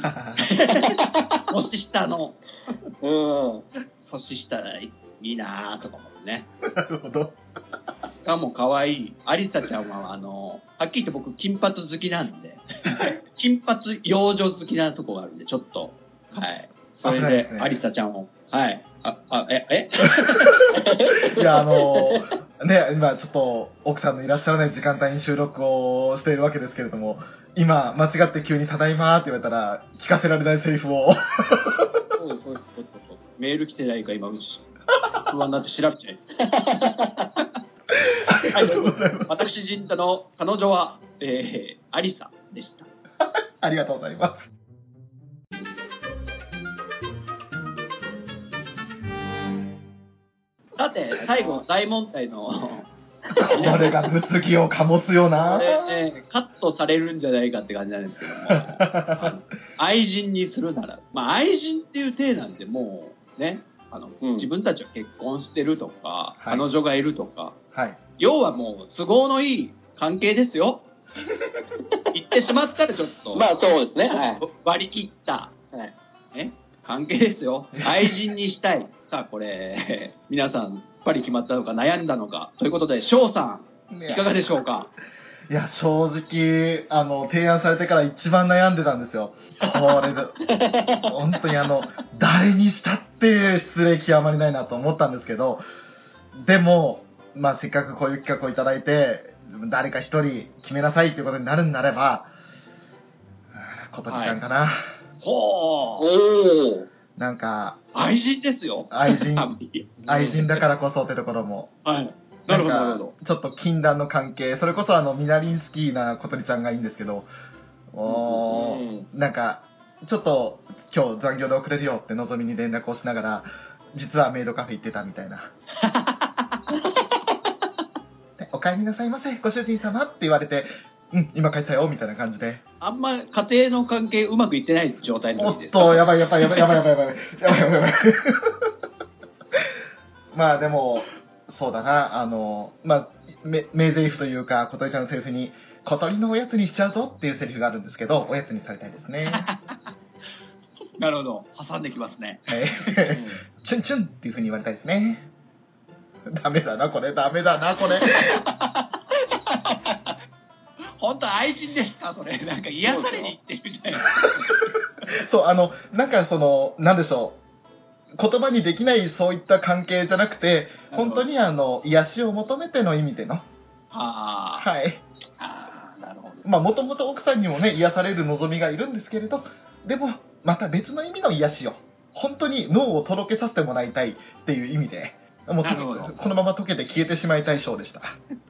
年下の。うん。年下いいなぁとか思ってね。 なるほど。 しかも可愛い。アリサちゃんは、あの、はっきり言って僕、金髪好きなんで、金髪幼女好きなとこがあるんで、ちょっと、はい。それで、アリサちゃんを、はい。あ、あ、え、えいや、あの、ね、今ちょっと奥さんのいらっしゃらない時間帯に収録をしているわけですけれども、今、間違って急にただいまーって言われたら、聞かせられないセリフを。 そうです、そうです、そうです。メール来てないか、今、不安になって調べちゃい。はい、私、陣太の彼女は、えー、アリサでした。 ありがとうございます。 さて、最後の大問題のこれが物議を醸すよな。 これ、ね、カットされるんじゃないかって感じなんですけども、あの愛人にするなら、まあ、愛人っていう体なんで、もうね、あの、うん、自分たちは結婚してるとか、はい、彼女がいるとか、はい、要はもう都合のいい関係ですよ。言ってしまったらちょっと、 まあそうですね、はい、 割り切った、はい、ね、関係ですよ。愛人にしたい。さあこれ、皆さん、やっぱり決まったのか悩んだのか、ということで、翔さん、いかがでしょうか。 いや、正直、あの、提案されてから一番悩んでたんですよ。これで、本当にあの、誰にしたって失礼極まりないなと思ったんですけど、でも、まあ、せっかくこういう企画をいただいて、誰か一人決めなさいっていうことになるんなれば、ことりちゃんかな。はい、 ほー。 なんか、 愛人ですよ。 愛人、愛人だからこそってところも。 はい。なるほど、なるほど。 ちょっと禁断の関係、それこそあの、ミナリンスキーな小鳥ちゃんがいいんですけど、おー、なんか、ちょっと今日残業で遅れるよってのぞみに連絡をしながら、実はメイドカフェ行ってたみたいな。お帰りなさいませ、ご主人様って言われて、うん、今帰ったよみたいな感じで。 あんま家庭の関係うまくいってない状態の時ですか。 おっと、やばいやばいやばいやばいやばいやばいやばいやばいやばい。まあでも、そうだな、あの、まあ、め名台詞というか、小鳥ちゃんのセリフに、小鳥のおやつにしちゃうぞっていうセリフがあるんですけど、おやつにされたいですね。 なるほど。挟んできますね。 はい。チュンチュンっていうふうに言われたいですね。ダメだな、これ。ダメだな、これ。 本当愛人ですかそれ。なんか癒されに行ってるみたいな。 そう、あの、なんかその、なんでしょう。言葉にできないそういった関係じゃなくて、本当にあの、癒しを求めての意味での。 あはい。 ああ、なるほど。 まあ、もともと奥さんにもね、癒される望みがいるんですけれど、でも、また別の意味の癒しを、本当に脳をとろけさせてもらいたいっていう意味で、もうこのまま溶けて消えてしまいたいショーでした。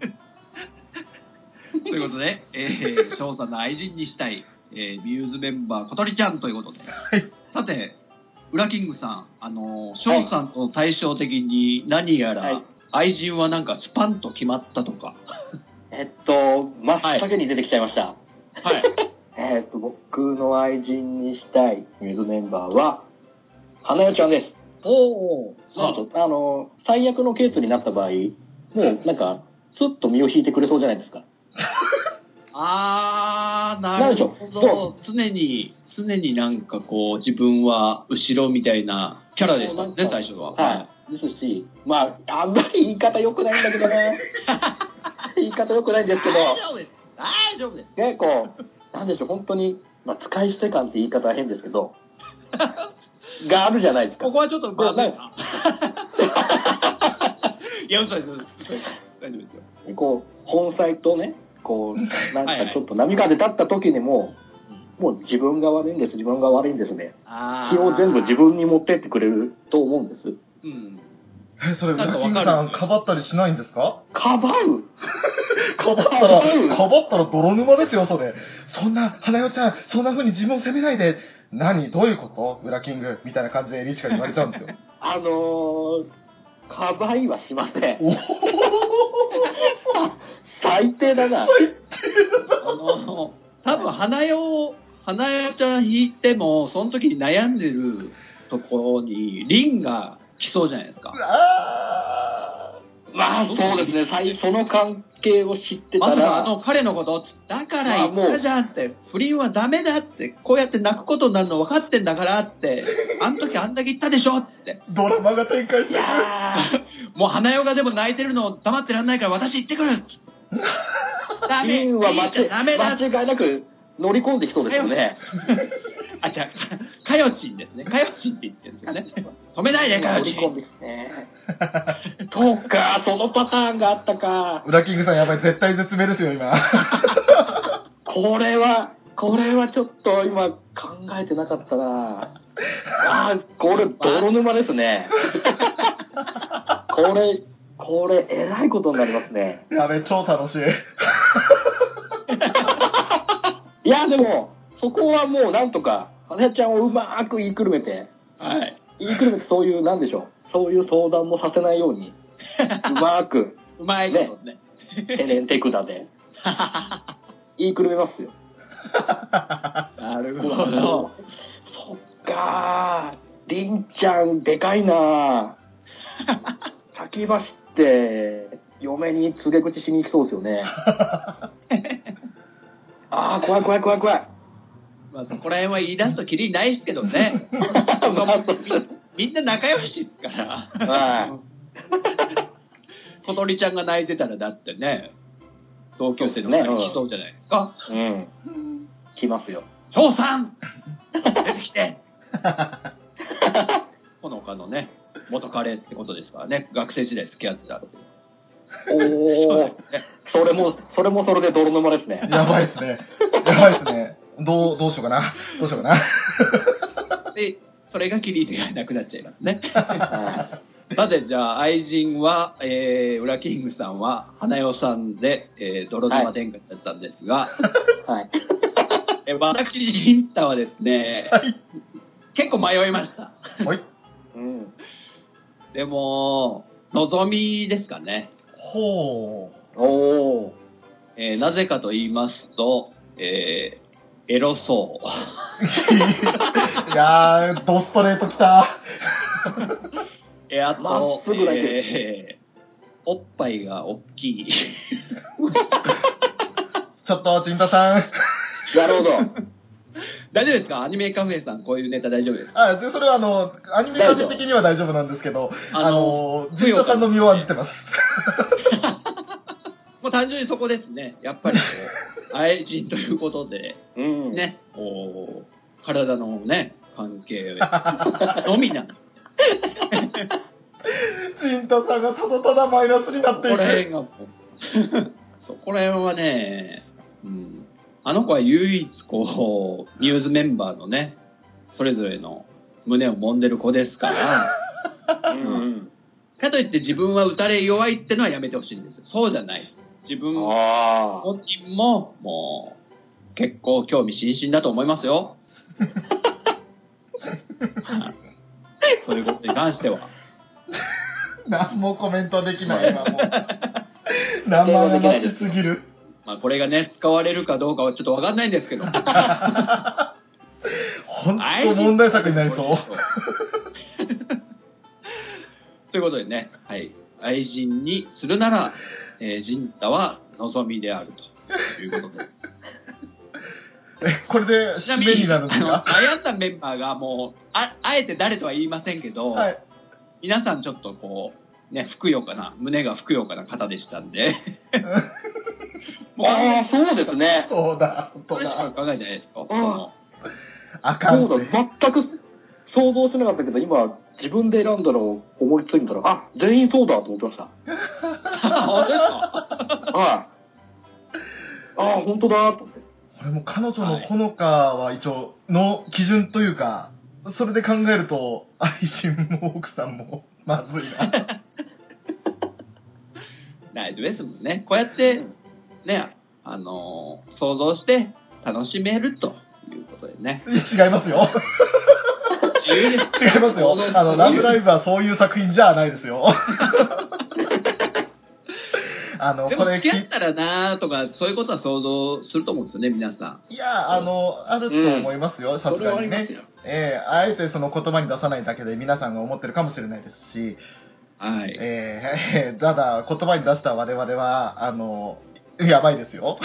ということで、えー、翔さんの愛人にしたい、えー、ミューズメンバー、小鳥ちゃんということで。はい。さて、ウラキングさん、あの、翔さんと対照的に何やら愛人はなんかスパンと決まったとか。 えっと、真っ先に出てきちゃいました。 はい。 えっと、僕の愛人にしたいミューズメンバーは、花代ちゃんです。 おお。 なんと、あの、最悪のケースになった場合、もうなんか、スッと身を引いてくれそうじゃないですか。 あー、なるほど。常に、常になんかこう、自分は後ろみたいなキャラでしたね、最初は。 はい。ですし、まあ、あんまり言い方良くないんだけどな。言い方良くないんですけど。 大丈夫です。大丈夫です。 結構、なんでしょう、本当に、まあ、使い捨て感って言い方は変ですけど、があるじゃないですか。 ここはちょっと、まずいな。いや、嘘です、嘘です。大丈夫ですよ。 こう、本妻とね、こう、なんかちょっと波風立った時にも、もう自分が悪いんです、自分が悪いんですね。気を全部自分に持ってってくれると思うんです。 うん。 え、それ、ウラキングさん、かばったりしないんですか？ かばうかばったら、かばったら泥沼ですよ、それ。そんな、花代ちゃん、そんな風に自分を責めないで。何？どういうこと？ウラキングみたいな感じでリチカに言われちゃうんですよ。 あのー、かばいはしません。最低だな。 あの、多分花代、花代ちゃん引いても、その時に悩んでるところに、リンが来そうじゃないですか。 あまあ、そうですね。その関係を知ってたら。 まさかあの彼のこと、だから言ったじゃんって、不倫はダメだって、こうやって泣くことになるの分かってんだからって、あの時あんだけ言ったでしょって。 ドラマが展開してる。 もう花代がでも泣いてるのを黙ってらんないから私行ってくる。ダメ。 リンは間違ダメだ。 間違いなく乗り込んできそうですよね。 あ、じゃあ、かよちんですね。かよちんって言ってるんですよね。止めないで、かよちん。 乗り込んできてね。そうか、そのパターンがあったか。 ウラキングさんやばい、絶対絶命ですよ、今。 これは、これはちょっと今考えてなかったな。あー、これ泥沼ですね。これ、これ、えらいことになりますね。 やべ、超楽しい。 いや、でも、そこはもうなんとか、花代ちゃんをうまーく言いくるめて、 はい。 言いくるめてそういう、なんでしょう、そういう相談もさせないように、うまーく、 うまいことね。 手練手管で、言いくるめますよ。 なるほど。 そっかー、りんちゃんでかいなー。先走って、嫁に告げ口しに行きそうですよね。あー、怖い怖い怖い怖い。 まあそこら辺は言い出すときりないですけどね。まあ、みんな仲良しですから。小鳥ちゃんが泣いてたらだってね、同級生の二人来そうじゃないですか。 うん。来ますよ。 翔さん出てきてほのかのね、元彼ってことですからね。学生時代付き合ってたって。 おー。それも、それもそれで泥沼ですね。 やばいっすね。やばいっすね。どう、どうしようかな。どうしようかな。 で、それがキリがなくなっちゃいますね。さて、じゃあ、愛人は、えー、ウラキングさんは、花代さんで、えー、泥沼天下だったんですが、 はい。 え私、ジンタはですね、 はい、 結構迷いました。 はい。 うん。 でも、のぞみですかね。 ほう。おー。 えー、なぜかと言いますと、えー、エロそう。 いやー、ドストレートきた。 えー、あと、 まっすぐだけえー、おっぱいが大きい。 ちょっと、ちんたさん。 なるほど。 大丈夫ですか？アニメカフェさん、こういうネタ大丈夫ですか？ あ、で、それはあの、アニメカフェ的には大丈夫なんですけど、あの、 あのジンタさんの身を案じてます。 もう単純にそこですね。やっぱりこう、愛人ということで、 うん。 ね、こう、体のね、関係のみな。 ジンタさんがただただマイナスになっていここら辺く。 がもう、そこら辺はね、うん、あの子は唯一こう、ニューズメンバーのね、それぞれの胸を揉んでる子ですから、 うん。 かといって自分は打たれ弱いってのはやめてほしいんですよ。そうじゃない。自分あ本人も、もう、結構興味津々だと思いますよ。そういうことに関しては。 何もコメントできないわ、もう。生々しすぎる。 まあ、これがね、使われるかどうかはちょっとわかんないんですけど。 ほんと問題作になりそう。 ということでね、はい。愛人にするなら、えー、ジンタは望みであるということで。 え、これで締めになるんですか？ 悩んだメンバーがもう、あ、あえて誰とは言いませんけど、はい、皆さんちょっとこう、ね、ふくよかな、胸がふくよかな方でしたんで。 もうああ、そうですね。 そうだ、 そうだ。考えてないですか？ うん。 あかん。 そうだ、全く想像してなかったけど、今、自分で選んだのを思いついたら、あ、全員そうだと思ってました。 本当ですか？ はい。ああ、本当だと思って。 これも彼女のほのかは一応の基準というか、それで考えると、愛人も奥さんもまずいな。 大丈夫ですもんね。こうやって、ね、あのー、想像して楽しめるということでね。 違いますよ。 自由です。 違いますよ。あの、ラブライブはそういう作品じゃないですよ。あの、 でも付き合ったらなーとか、そういうことは想像すると思うんですよね、皆さん。 いや、あの、あると思いますよ、さすがにね。えー、あえてその言葉に出さないだけで皆さんが思ってるかもしれないですし、 はい。 えー、ただ、言葉に出した我々は、あの、やばいですよ。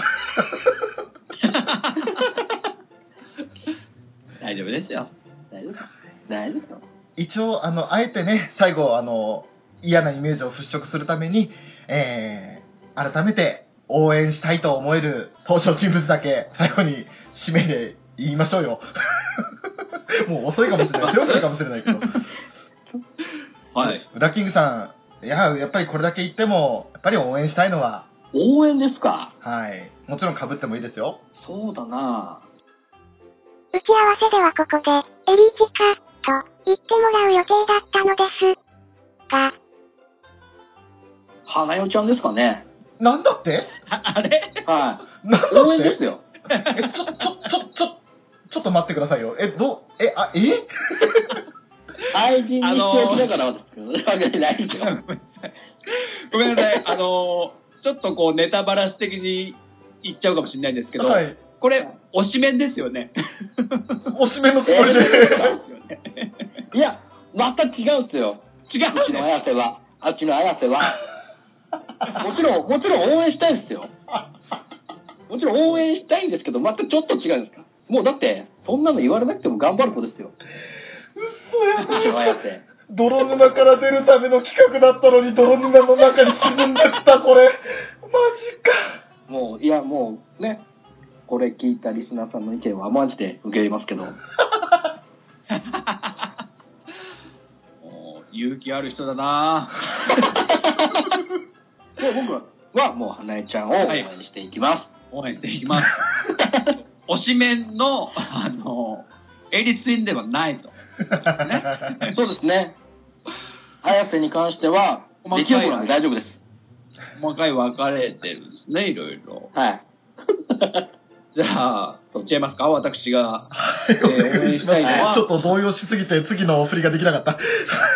大丈夫ですよ。大丈夫です。大丈夫ですよ。 一応、あの、あえてね、最後、あの、嫌なイメージを払拭するために、えー、改めて応援したいと思える登場人物だけ最後に締めで言いましょうよ。もう遅いかもしれない。手遅れかもしれないけど。 はい。 ウラキングさん、いや、やっぱりこれだけ言っても、やっぱり応援したいのは。 応援ですか？ はい。もちろん被ってもいいですよ。 そうだなぁ。 打ち合わせではここで、エリーチカ、と言ってもらう予定だったのです。が。 花代ちゃんですかね。 なんだって？ あれ？ はい。 なんだって？ 応援ですよ。 え、ちょ、ちょ、ちょ、ちょ、ちょっと待ってくださいよ。え、どう、え、あ、え愛人にしておきながらわけじゃないですよ。 ごめんなさい。あのー、ちょっとこうネタバラシ的に言っちゃうかもしれないんですけど、はい、これ、推しメンですよね。 推しメンのつもりで。 いや、全く違うんですよ。 違う、ね。 うちの綾瀬は。あっちの綾瀬は。もちろん、もちろん応援したいですよ。もちろん応援したいんですけど、またちょっと違うんですか。もうだって、そんなの言われなくても頑張る子ですよ。 嘘や。 うちの綾瀬。 泥沼から出るための企画だったのに、泥沼の中に沈んでった、これ。マジか。 もう、いや、もう、ね。これ聞いたリスナーさんの意見はマジで受け入れますけど。もう勇気ある人だなぁ。で、僕はもう花江ちゃんを応援していきます。はい、 応援していきます。推しメンの、あの、エリツインではないと。 ね、そうですね。綾瀬に関しては、できる子なんで大丈夫です。 細かい分かれてるんですね、いろいろ。 はい。 じゃあ、言っちゃいますか、私が、えー、応援したいのは。 ちょっと動揺しすぎて次の振りができなかった。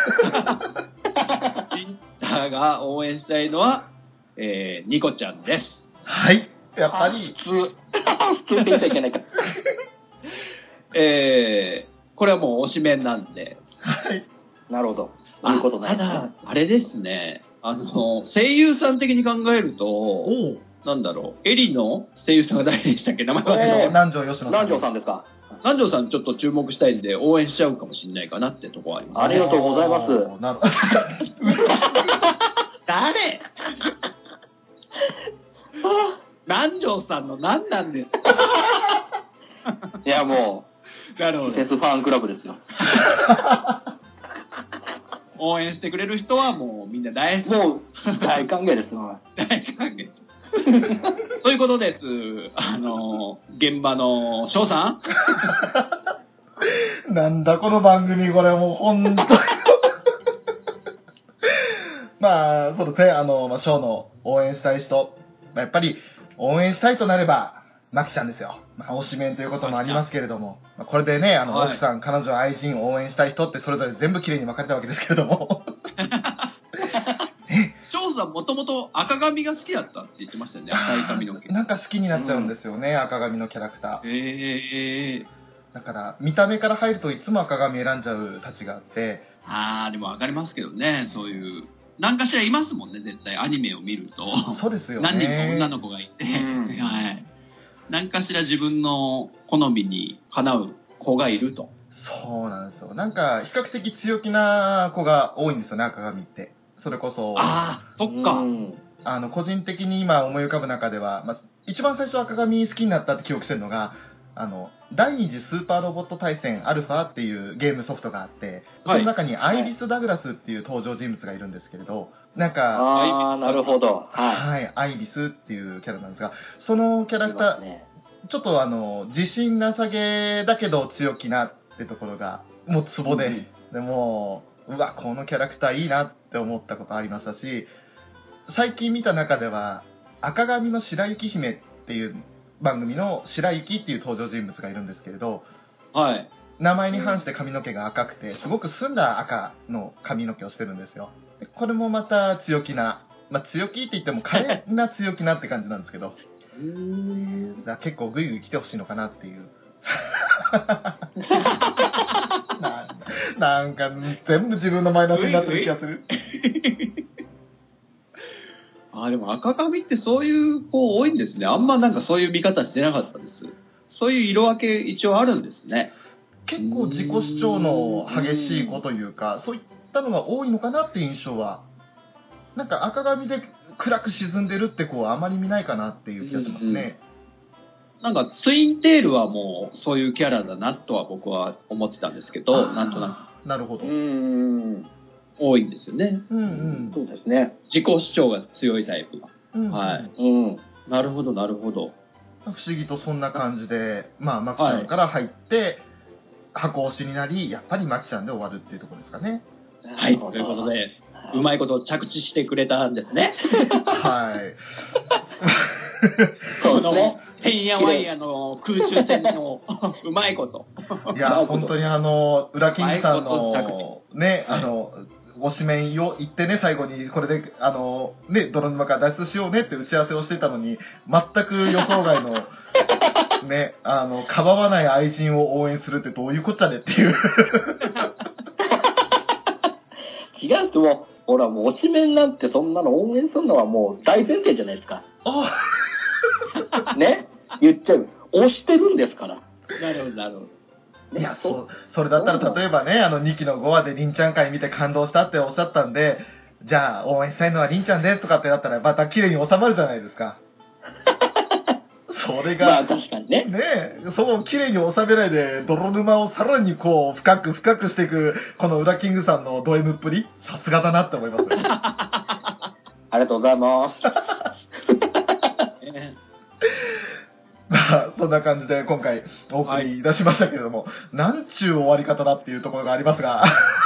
ジンターが応援したいのは、えー、ニコちゃんです。 はい。やっぱり。 普通。普通って言っちゃいけないか。 えー、これはもう推しメンなんで。 はい。なるほど。そういうことない、 ね。ただ、あれですね。あの、声優さん的に考えると、なんだろう、エリの声優さんが誰でしたっけ、名前は、 えー、南條吉野さん。 南條さんですか。 南條さんちょっと注目したいんで、応援しちゃうかもしれないかなってとこあります、ね。 ありがとうございます。な誰南條さんの何なんですか。 いや、もう、なるほど。 季節ファンクラブですよ。 応援してくれる人はもうみんな大好き。 もう大歓迎ですよ。 大歓迎です。そういうことです。あの、現場の翔さんなんだこの番組、これもうほんと。まあ、そうですね、あの、まあ、翔の応援したい人、まあ、やっぱり応援したいとなれば、マキちゃんですよ。まあ、推しメンということもありますけれども、まあ、これでね、あの、はい、奥さん、彼女、愛人、応援したい人ってそれぞれ全部きれいに分かれたわけですけれども。 さんもともと赤髪が好きだったって言ってましたよね、赤い髪の毛。 なんか好きになっちゃうんですよね、うん、赤髪のキャラクター。 へえー。 だから、見た目から入るといつも赤髪選んじゃうたちがあって。 あー、でもわかりますけどね、そういう。何かしらいますもんね、絶対。アニメを見ると。 そうですよね。 何人か女の子がいて、はい。何かしら自分の好みにかなう子がいると。 そうなんですよ。なんか、比較的強気な子が多いんですよね、赤髪って。それこそ。 ああ、そっか。 あの、個人的に今思い浮かぶ中では、まあ、一番最初赤髪好きになったって記憶してるのが、あの、第二次スーパーロボット対戦アルファっていうゲームソフトがあって、その中にアイリス・ダグラスっていう登場人物がいるんですけれど、なんか、 ああ、なるほど。 はい、はい、アイリスっていうキャラなんですが、そのキャラクター、ね、ちょっとあの、自信なさげだけど強気なってところが、もうツボで、うん、でもう、うわ、このキャラクターいいなって思ったことありましたし、最近見た中では、赤髪の白雪姫っていう番組の白雪っていう登場人物がいるんですけれど、 はい。 名前に反して髪の毛が赤くて、すごく澄んだ赤の髪の毛をしてるんですよ。これもまた強気な、まあ、強気って言っても可憐な強気なって感じなんですけど、うーん、だから結構グイグイ来てほしいのかなっていう。な, なんか全部自分のマイナスになってる気がする。 あ、でも赤髪ってそういう子多いんですね。あんまなんかそういう見方してなかったです。そういう色分け一応あるんですね。 結構自己主張の激しい子というか、そういったのが多いのかなって印象は。なんか赤髪で暗く沈んでるって子はあまり見ないかなっていう気がしますね。 なんかツインテールはもうそういうキャラだなとは僕は思ってたんですけど、なんとなく。なるほど。 うーん。多いんですよね。 うんうん。 そうですね。 自己主張が強いタイプが。 うんうん、 はい。うん。なるほど、なるほど。 不思議とそんな感じで、まあ、マキちゃんから入って、箱推しになり、やっぱりマキちゃんで終わるっていうところですかね。 はい。ということで、うまいこと着地してくれたんですね。 はい。 この、てんやわんやの空中戦のうまいこと。 いや、本当にあの、ウラキングさんの、ね、あの、ご指名を言ってね、最後にこれで、あの、ね、泥沼から脱出しようねって打ち合わせをしてたのに、全く予想外の、ね、あの、かばわない愛人を応援するってどういうこっちゃねっていう。 違うともう、ほらもう推しメンなんてそんなの応援するのはもう大前提じゃないですか。ね、言っちゃう。推してるんですから。 なるほど、なるほど。 いや、そ、それだったら例えばね、あのにきのごわでりんちゃん会見て感動したっておっしゃったんで、じゃあ応援したいのはりんちゃんですとかってなったらまた綺麗に収まるじゃないですか。それが、 まあ確かにね。 ねえ、そう綺麗に収めないで、泥沼をさらにこう、深く深くしていく、このウラキングさんのド M っぷり、さすがだなって思いますよ。 ありがとうございます。 まあ、そんな感じで今回お送りいたしましたけれども、はい、なんちゅう終わり方だっていうところがありますが。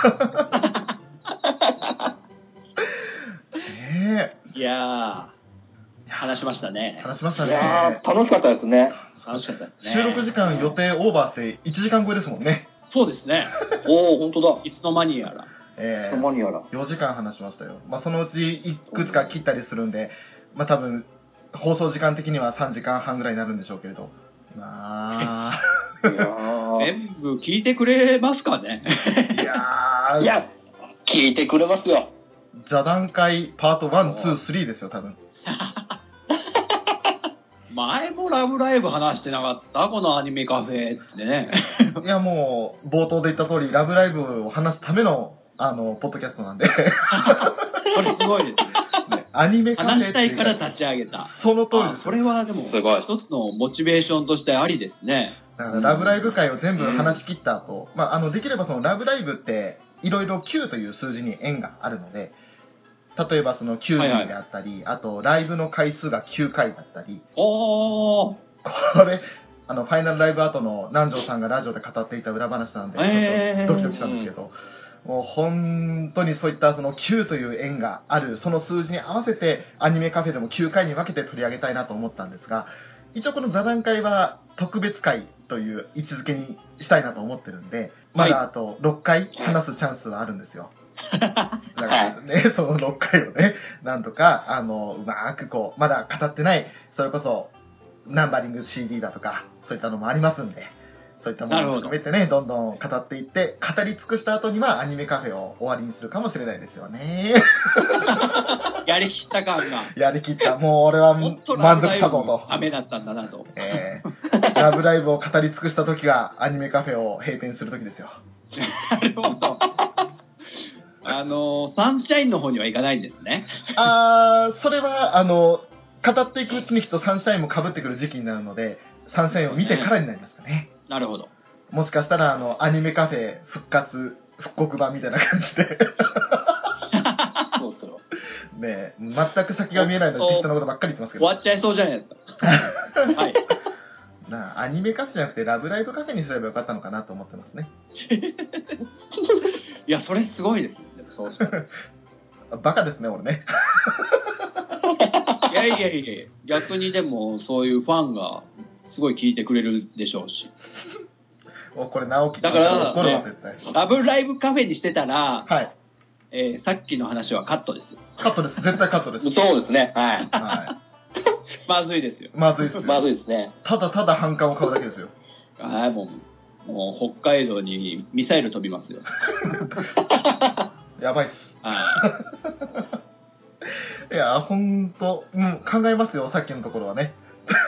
ねえ。いやー、話しましたね。 話しましたね。 いやー、楽しかったですね。 楽しかったですね。 収録時間予定オーバーしていちじかん超えですもんね。 そうですね。 おー、ほんとだ。 いつの間にやら。 えー、 いつの間にやら。 よじかん話しましたよ。まあ、そのうちいくつか切ったりするんで、まあ、多分、放送時間的にはさんじかんはんぐらいになるんでしょうけれど。まあ。 いや全部聞いてくれますかね。 いやー。 いや、聞いてくれますよ。 座談会パートワン、ツー、スリーですよ、多分。 前もラブライブ話してなかったこのアニメカフェってね。 いや、もう、冒頭で言った通り、ラブライブを話すための、あの、ポッドキャストなんで。 これすごいですね。 ね、アニメカフェ話したいから立ち上げた。 その通りです。 それはでも、一つのモチベーションとしてありですね。 だからラブライブ会を全部話し切った後、うん、まあ、あの、できればそのラブライブって、いろいろきゅうという数字に縁があるので、例えばそのきゅうじであったり、はいはい、あとライブの回数がきゅうかいだったり。 おー。 これ、あの、ファイナルライブ後の南條さんがラジオで語っていた裏話なんで、ちょっとドキドキしたんですけど、えー、もう本当にそういったそのきゅうという縁がある、その数字に合わせてアニメカフェでもきゅうかいに分けて取り上げたいなと思ったんですが、一応この座談会は特別会という位置づけにしたいなと思ってるんで、まだあとろっかい話すチャンスはあるんですよ。 だからね、そのろっかいをね、なんとか、あの、うまくこう、まだ語ってない、それこそ、ナンバリング シーディー だとか、そういったのもありますんで、そういったものも含めてね、どんどん語っていって、語り尽くした後にはアニメカフェを終わりにするかもしれないですよね。 やりきった感が。 やりきった。もう俺は満足したぞと。 ダメだったんだなと。 えー、ラブライブを語り尽くした時がアニメカフェを閉店する時ですよ。 なるほど。あの、サンシャインの方には行かないんですね。 あー、それは、あの、語っていくうちにきっとサンシャインも被ってくる時期になるので、サンシャインを見てからになりますかね。 なるほど。 もしかしたら、あの、アニメカフェ復活、復刻版みたいな感じで。 そうそう。 ねえ、全く先が見えないので、ピットのことばっかり言ってますけど。 終わっちゃいそうじゃないですか。はい。 なあ、アニメカフェじゃなくて、ラブライブカフェにすればよかったのかなと思ってますね。 いや、それすごいですね。そうしたら。 バカですね、俺ね。 いやいやいやいや、逆にでも、そういうファンがすごい聞いてくれるでしょうし。 もうこれ、直樹だから、 怒るわ、絶対。 ラブライブカフェにしてたら、 はい。 えー、さっきの話はカットです。 カットです。絶対カットです。 そうですね。はい。 はまずいですよ。 い。まずいですよ。 まずいですね。 ただただ反感を買うだけですよ。 はい、もう、もう北海道にミサイル飛びますよ。 やばいっす。 はい。 いや、ほんと、うん、考えますよ、さっきのところはね。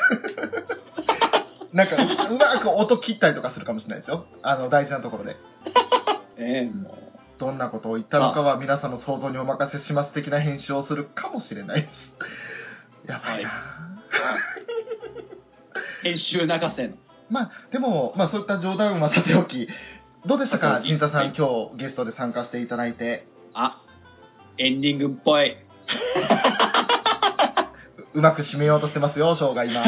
なんかう、うまく音切ったりとかするかもしれないですよ。あの、大事なところで。 ええもう。 どんなことを言ったのかは皆さんの想像にお任せします的な編集をするかもしれないです。やばいな、はい、 編集泣かせの。 まあ、でも、まあそういった冗談はさておき、どうでしたか、陣太さん、今日ゲストで参加していただいて。 あ、エンディングっぽい。 うまく締めようとしてますよ、ショーが今。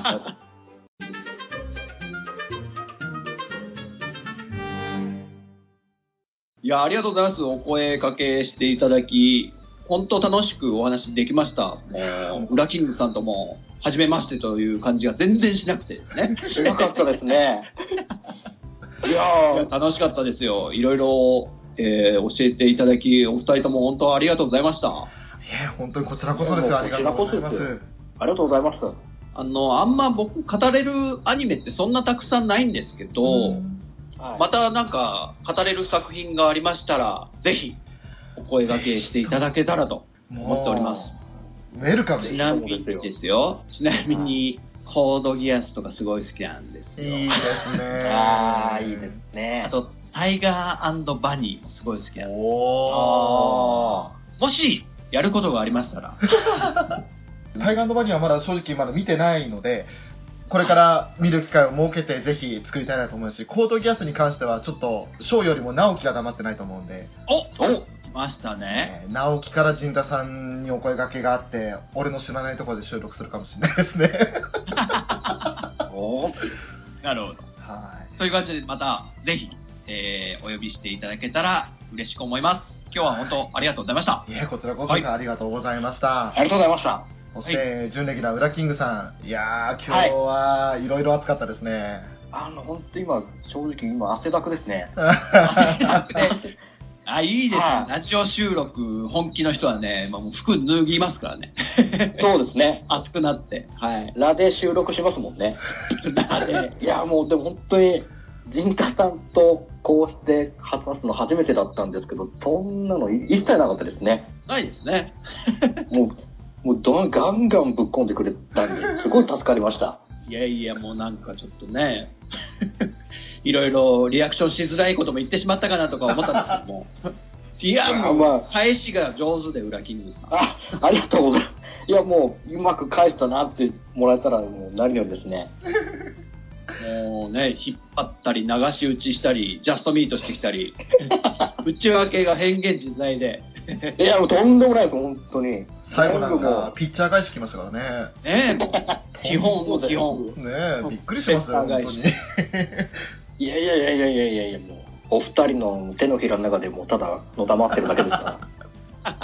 いや、ありがとうございます。お声かけしていただき、本当楽しくお話できました。もう、ウラキングさんとも、初めましてという感じが全然しなくてですね。 しなかったですね。いやー、 楽しかったですよ。いろいろ、えー、教えていただき、お二人とも本当ありがとうございました。いや、本当にこちらこそです。ありがとうございます。 ありがとうございます。 あの、あんま僕語れるアニメってそんなたくさんないんですけど、はい、またなんか語れる作品がありましたら、ぜひお声掛けしていただけたらと思っております。 ウェルカムちなみにですよ、ちなみに、コードギアスとかすごい好きなんですよ。 いいですね。 ああ、いいですね。 あと、タイガー&バニーすごい好きなんですよ。 おー。もし、やることがありましたら。 タイガー&バニーはまだ正直まだ見てないので、これから見る機会を設けてぜひ作りたいなと思いますし、コードギアスに関してはちょっと、ショーよりも直樹が黙ってないと思うんで。 おお来ましたね。 えー、直樹から陣太さんにお声掛けがあって、俺の知らないところで収録するかもしれないですね。 おなるほど。 はい。 という感じでまた、ぜひ、えー、お呼びしていただけたら嬉しく思います。今日は本当ありがとうございました。 いえ、こちらこそありがとうございました。 はい、ありがとうございました。 そして、はい、準レギュラー、ウラキングさん。いやー、今日はいろいろ暑かったですね。 あの、本当今、正直今、汗だくですね。 汗だくで。あ、いいですね。ラジオ収録、本気の人はね、もう服脱ぎますからね。 そうですね。 暑くなって。はい。 ラで収録しますもんね。ラで。いや、もうでも本当に、陣太さんとこうして話すの初めてだったんですけど、そんなの一切なかったですね。 ないですね。 もう、もうどガンガンぶっ込んでくれたんで、すごい助かりました。 いやいや、もうなんかちょっとね、いろいろリアクションしづらいことも言ってしまったかなとか思ったんですけども。いや、もう、まあ、返しが上手で、ウラキングさん。 あ、ありがとうございます。いや、もう、うまく返したなってもらえたら、もう何よりですね。 もうね、引っ張ったり、流し打ちしたり、ジャストミートしてきたり、内訳が変幻自在で。 いや、もうとんでもないです、本当に。 最後なんか、ピッチャー返してきましたからね。 ねえ、もう、基本の基本。 ねえ、びっくりしますよ、本当に。 いやいやいやいやいやいやいや、もう、お二人の手のひらの中でもうただのたまってるだけですから。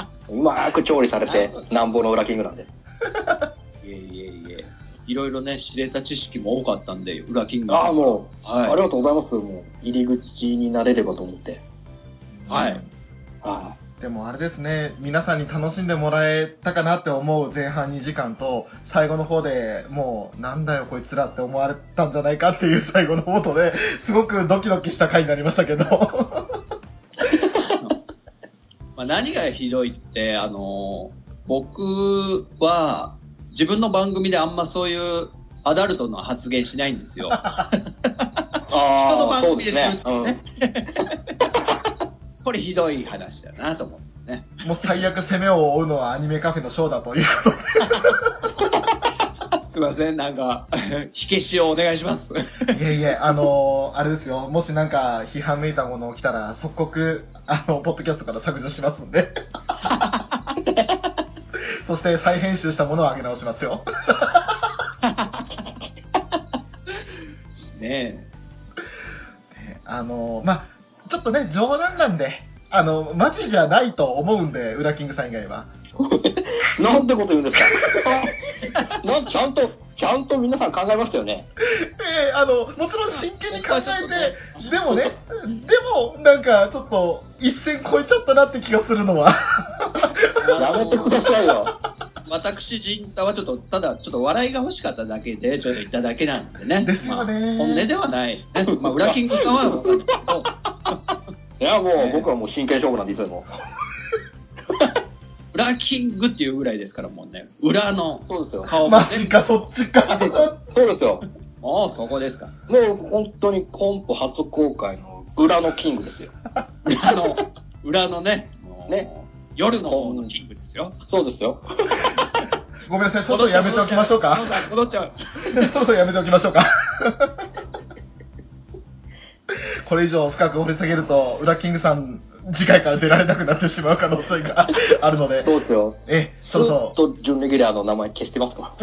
うまく調理されて、なんぼのウラキングなんで。 いえいえいえ。いろいろね、知れた知識も多かったんで、ウラキング。 ああ、もう、 はい、 ありがとうございます。もう、入り口になれればと思って。 はい。 はい。 でもあれですね、皆さんに楽しんでもらえたかなって思う前半にじかんと、最後の方でもうなんだよこいつらって思われたんじゃないかっていう最後の方とで、すごくドキドキした回になりましたけど。 まあ何がひどいって、あの、僕は自分の番組であんまそういうアダルトの発言しないんですよ。 あ人の番組でするね。 ってね。これひどい話だなと思ってね。 もう最悪攻めを追うのはアニメカフェのショーだということで。 すいません、なんか、火消しをお願いします。 いえいえ、あのー、あれですよ、もしなんか批判めいたもの起きたら、即刻、あの、ポッドキャストから削除しますんで。そして再編集したものを上げ直しますよ。 ねえ。 あのー、まあ、ちょっとね、冗談なんで、あの、マジじゃないと思うんで、ウラキングさん以外は。 なんてこと言うんですか。なんちゃんと、ちゃんと皆さん考えましたよね。 えー、あの、もちろん真剣に考えて、でもね、でも、なんか、ちょっと、一線超えちゃったなって気がするのは。 やめてくださいよ。 私、陣太はちょっと、ただ、ちょっと笑いが欲しかっただけで、ちょっと言っただけなんでね。 ですよね。 まあ、本音ではない。まあ、ウラキングさんは分かんないけど。 いや、もう、 ね、 僕はもう真剣勝負なんですよ、もう。 ウラキングっていうぐらいですからもうね、裏のそうですよ。 顔マがね。 ジか、そっちか。 そうですよ。 もうそこですか。 もう本当にコンプ初公開の裏のキングですよ。 裏の、裏のね、 ね、 夜の方のキングですよ。 そうですよ。 ごめんなさい、そろそろやめておきましょうか。 戻っちゃう。 そろそろやめておきましょうか。これ以上深く掘り下げると、ウラキングさん、次回から出られなくなってしまう可能性があるので。 そうですよ。 え、そろそろ。 ずっと準レギュラーの名前消してますから。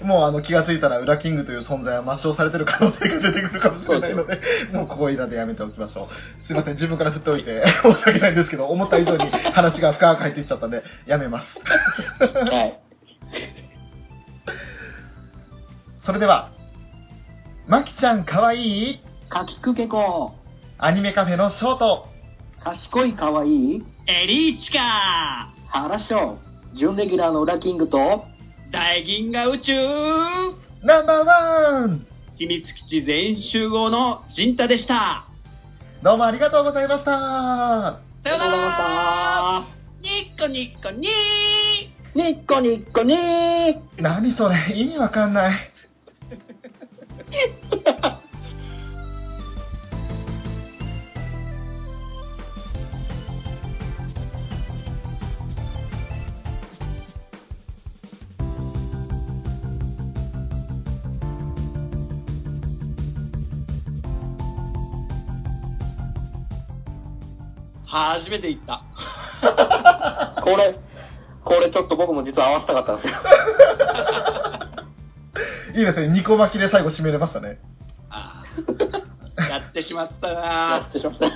もうあの気がついたらウラキングという存在は抹消されてる可能性が出てくるかもしれないので、もうここいらでやめておきましょう。すいません、自分から振っておいて申し訳ないんですけど、思った以上に話が深く入ってきちゃったんで、やめます。 はい。 それでは、まきちゃんかわいいかきくけこ。 アニメカフェのショート。 賢いかわいいエリーチカ原翔。準レギュラーのウラキングと、 大銀河宇宙ナンバーワン秘密基地全員集合の陣太でした。 どうもありがとうございました。 さよなら。ニッコニッコニー。ニッコニッコニー。 何それ、意味わかんない。 初めて言った。 これ、これちょっと僕も実は合わせたかったんですよ。いいですね、ニコ巻きで最後締めれましたね。 ああ、やってしまったなやってしまった。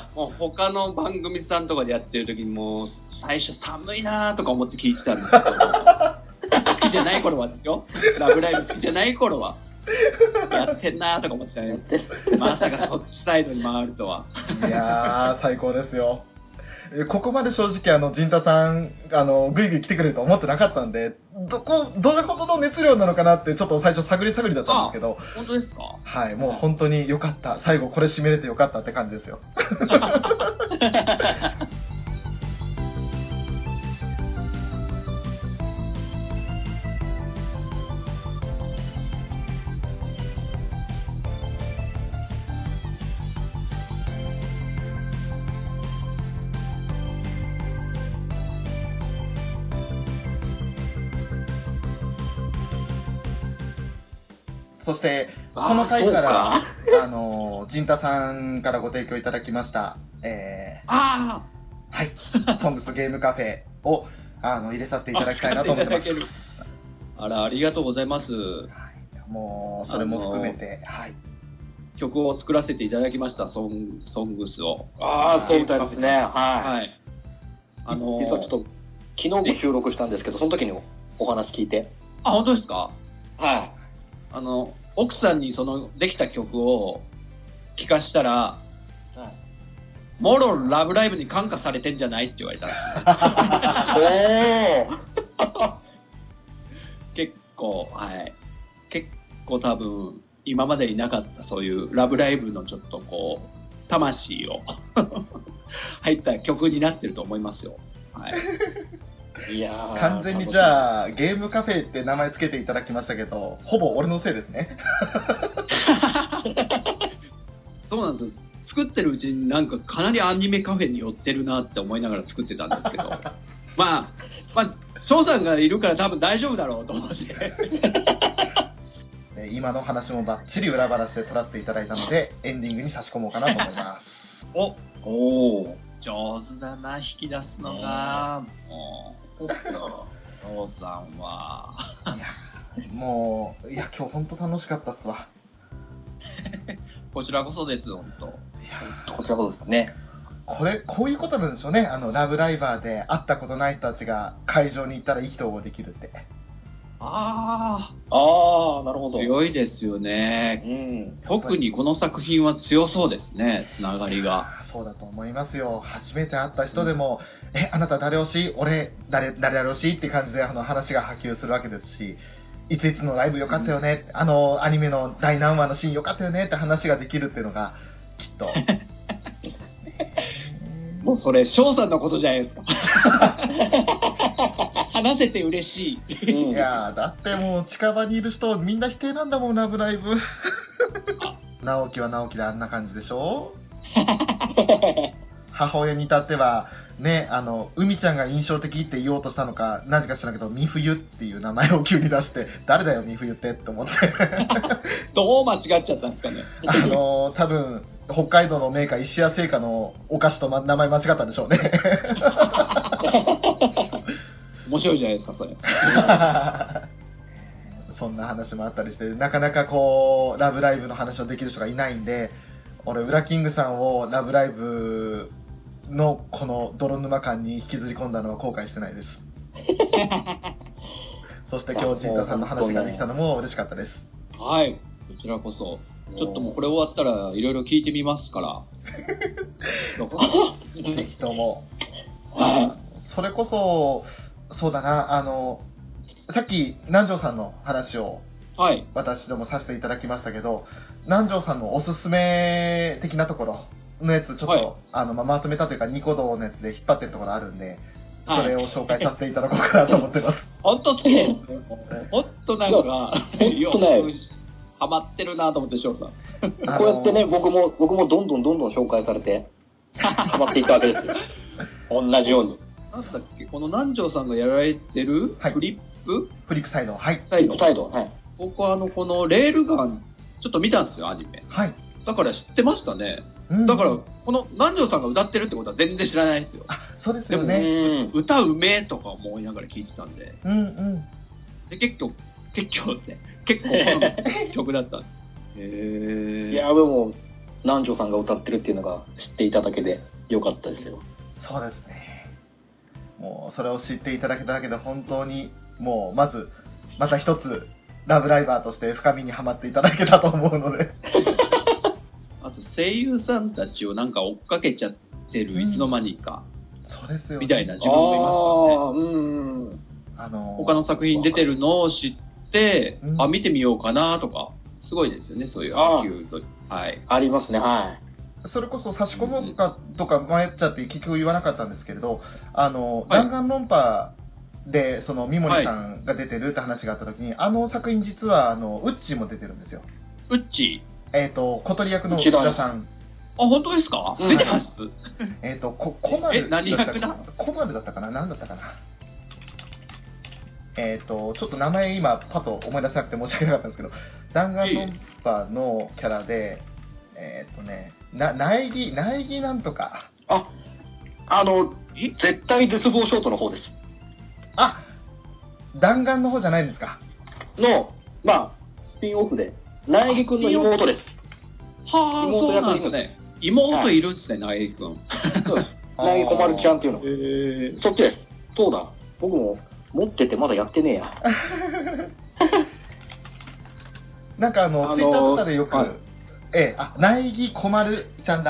もう他の番組さんとかでやってる時にもう最初寒いなとか思って聞いてたんですけど、好きじゃない頃はですよ。ラブライブ好きじゃない頃は。やってんなーとか思ってたね。まさかそっちサイドに回るとは。 いやー、最高ですよ。ここまで正直、あの、陣太さん、あの、ぐいぐい来てくれると思ってなかったんで、どこ、どれほどの熱量なのかなって、ちょっと最初探り探りだったんですけど。 本当ですか？ はい、もう本当に良かった。最後これ締めれて良かったって感じですよ。そして、この回から、あの、陣太さんからご提供いただきました、えー、 あはい、ソングスゲームカフェを、あの、入れさせていただきたいなと思ってます。 あら、ありがとうございます。はい、 もう、それも含めて、はい。 曲を作らせていただきました、ソン、ソングスを。 ああ、そうみたいですね。はい。 はい。あのー、 実はちょっと、昨日も収録したんですけど、その時にお話聞いて。 あ、本当ですか？ はい。 あの、奥さんにその、できた曲を聴かしたら、 はい、 もろラブライブに感化されてんじゃないって言われたら結構、はい。結構多分、今までいなかったそういうラブライブのちょっとこう、魂を入った曲になってると思いますよ。はい。 いやー完全にじゃあ、ゲームカフェって名前つけていただきましたけど、ほぼ俺のせいですね。 そうなんですよ。作ってるうちになんかかなりアニメカフェに寄ってるなって思いながら作ってたんですけど、まあ、まあ、翔さんがいるから多分大丈夫だろうと思って。 今の話もバッチリ裏話で取らせていただいたので、エンディングに差し込もうかなと思います。 おお上手だな、引き出すのが。もう、翔さんは。 いや、もう、いや、今日本当楽しかったっすわ。 こちらこそです、本当。 いや、こちらこそですね。 これ、こういうことなんでしょうね。あの、ラブライバーで会ったことない人たちが会場に行ったら意気投合できるって。 ああ。 ああ、なるほど。 強いですよね。 うん。 特にこの作品は強そうですね、つながりが。 そうだと思いますよ。初めて会った人でも、うん、え、あなた誰推し？俺、誰、誰誰推しって感じであの話が波及するわけですし、いついつのライブ良かったよね、うん、あのアニメの第何話のシーン良かったよねって話ができるっていうのが、きっと。 もうそれ、翔さんのことじゃないですか。話せて嬉しい。 いやだってもう近場にいる人みんな否定なんだもん、ラブライブ。直樹は直樹であんな感じでしょ。母親に至っては、ね、あの、海ちゃんが印象的って言おうとしたのか、なぜか知らんけど、み冬っていう名前を急に出して、誰だよ、み冬ってって思って。 どう間違っちゃったんですかね。 あの、多分、北海道のメーカー、石屋製菓のお菓子と、ま、名前間違ったんでしょうね。 面白いじゃないですか、それ。 そんな話もあったりして、なかなかこう、ラブライブの話をできる人がいないんで、俺、ウラキングさんをラブライブのこの泥沼感に引きずり込んだのは後悔してないです。そして今日、ジンタさんの話ができたのも嬉しかったです。 はい、こちらこそ。ちょっともうこれ終わったらいろいろ聞いてみますから。 ぜひとも。それこそ、そうだな、あの、さっき南條さんの話を、はい、私どもさせていただきましたけど、南條さんのおすすめ的なところのやつ、ちょっと、はい、あのままとめたというか、ニコ動のやつで引っ張ってるところあるんで、それを紹介させていただこうかなと思ってます。 本当ね、本当なんか、よくハマってるなと思って、翔さん。 こうやってね、僕も、僕もどんどんどんどん紹介されて、ハマっていったわけですよ。同じように。 なんだっけ、この南條さんがやられてるフリップ、 フリックサイド、はい。 サイド。サイド、はい。僕はあの、このレールガン、ちょっと見たんですよ、アニメ。 はい。 だから知ってましたね。うん、だから、この南條さんが歌ってるってことは全然知らないですよ。 あ、そうですよね。 でも、歌うめえとか思いながら聴いてたんで。 うんうん。 で、結構、結構って、結構好みの曲だったんです。へー。 いや、でも、南條さんが歌ってるっていうのが知っていただけでよかったですよ。 そうですね。もうそれを知っていただけただけで本当にもうまずまた一つラブライバーとして深みにはまっていただけたと思うのであと声優さんたちをなんか追っかけちゃってる、いつの間にか、 うん、そうですよ、ね、 みたいな自分もいますよね。 あ、うん、 あのー、他の作品出てるのを知って、うん、あ見てみようかなとかすごいですよね、そういう波及と、はい、 ありますね。はい。 それこそ差し込もうかとか迷っちゃって結局言わなかったんですけれど、あの、はい、弾丸論破でその三森さんが出てるって話があった時に、はい、あの作品実はあのウッチーも出てるんですよ。 ウッチーえっ、ー、と小鳥役の内田さん。 あ、本当ですか？出てます。 えっとこコマルだったかな。コマルだったかな、何だったかな。えっ、ー、とちょっと名前今パッと思い出せなくて申し訳なかったんですけど、弾丸論破のキャラでえっ、ー、とね。な、苗木、苗木なんとか。 あ、あの、絶対絶望ショートの方です。 あ、弾丸の方じゃないんですか。 の、まあ、スピンオフで、苗木くんの妹です。 はあ、妹役ですね。妹いるんですね、苗木くん。 そうです。苗木こまるちゃんっていうの。へー。そっちです。そうだ。僕も持っててまだやってねえや。 なんかあの、ツイッターとかでよく、はい、ええ、あ、苗木こまるちゃんだ。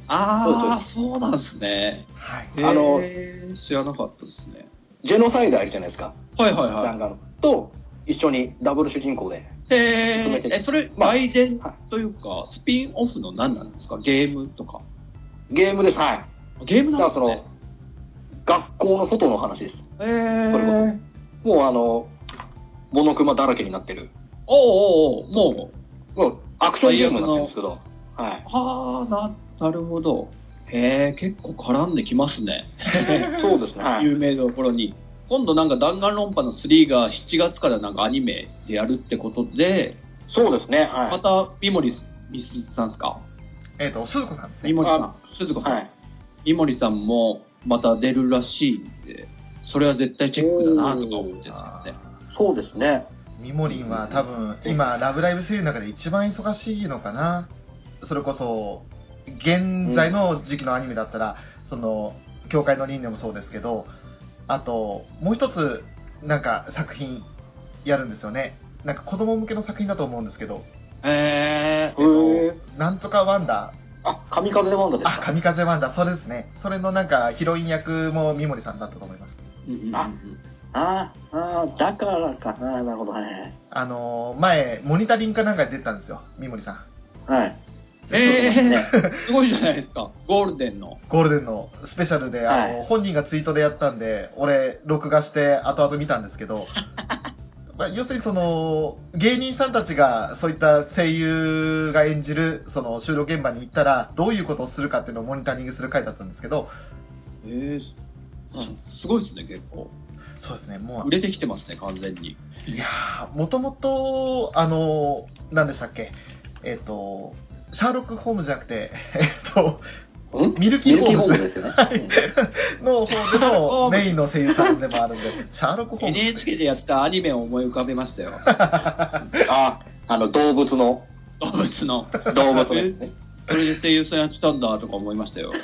ああ、そうなんですね。 はい。 えー、 あの知らなかったですね。 ジェノサイダーいるじゃないですか。 はいはいは弾丸と一緒にダブル主人公で。 い。へー、え、それ、 まあ外伝というか、スピンオフの何なんですか？ゲームとか。 ゲームです。はい。 ゲームなんですね。 だからその、学校の外の話です。 へー。 もうあの、モノクマだらけになってる。 おうおうおう、もう。 もうアクションゲームになってるんですけど。はい。 はあ、な、なるほど。へえ、結構絡んできますね。 そうですね。はい。 有名どころに。今度なんか弾丸論破のスリーがしちがつからなんかアニメでやるってことで、 そうですね。はい。 また三森みすさんですか？ えっ、と、鈴子さんですね。 三森さん、鈴子さん。 はい。 三森さんもまた出るらしいんで、それは絶対チェックだなとか思ってるんですよね。 そうですね。 みもりんは多分、今、ラブライブ声優の中で一番忙しいのかな。それこそ、現在の時期のアニメだったら、その、教会の輪廻もそうですけど、あと、もう一つ、なんか作品やるんですよね。なんか子供向けの作品だと思うんですけど、 へええっと、なんとかワンダー。 あ、神風ワンダですか？ あ、神風ワンダー、それですね。それのなんかヒロイン役も三森さんだったと思います。 あ、ああ、だからかな。なるほど。はい。 あのー、前、モニタリングかなんかで出てたんですよ、三森さん。 はい。 えー、すごいじゃないですか。ゴールデンの。 ゴールデンのスペシャルで、あの、 はい本人がツイートでやったんで、俺、録画して後々見たんですけど、まあ、要するにその、芸人さんたちがそういった声優が演じる、その収録現場に行ったら、どういうことをするかっていうのをモニタリングする回だったんですけど、 えー、すごいですね、結構。 そうですね、もう。 売れてきてますね、完全に。 いやー、もともと、あの、何でしたっけ、えっ、と、シャーロック・ホームズじゃなくて、えっと、ミルキーホームズですよね。 はい、の方でのメインの声優さんでもあるんで、シャーロック・ホームズ、ね。 エヌエイチケー でやったアニメを思い浮かべましたよ。 あ、あの、動物の。 動物の。 動物ですね。 それで声優さんやってたんだとか思いましたよ。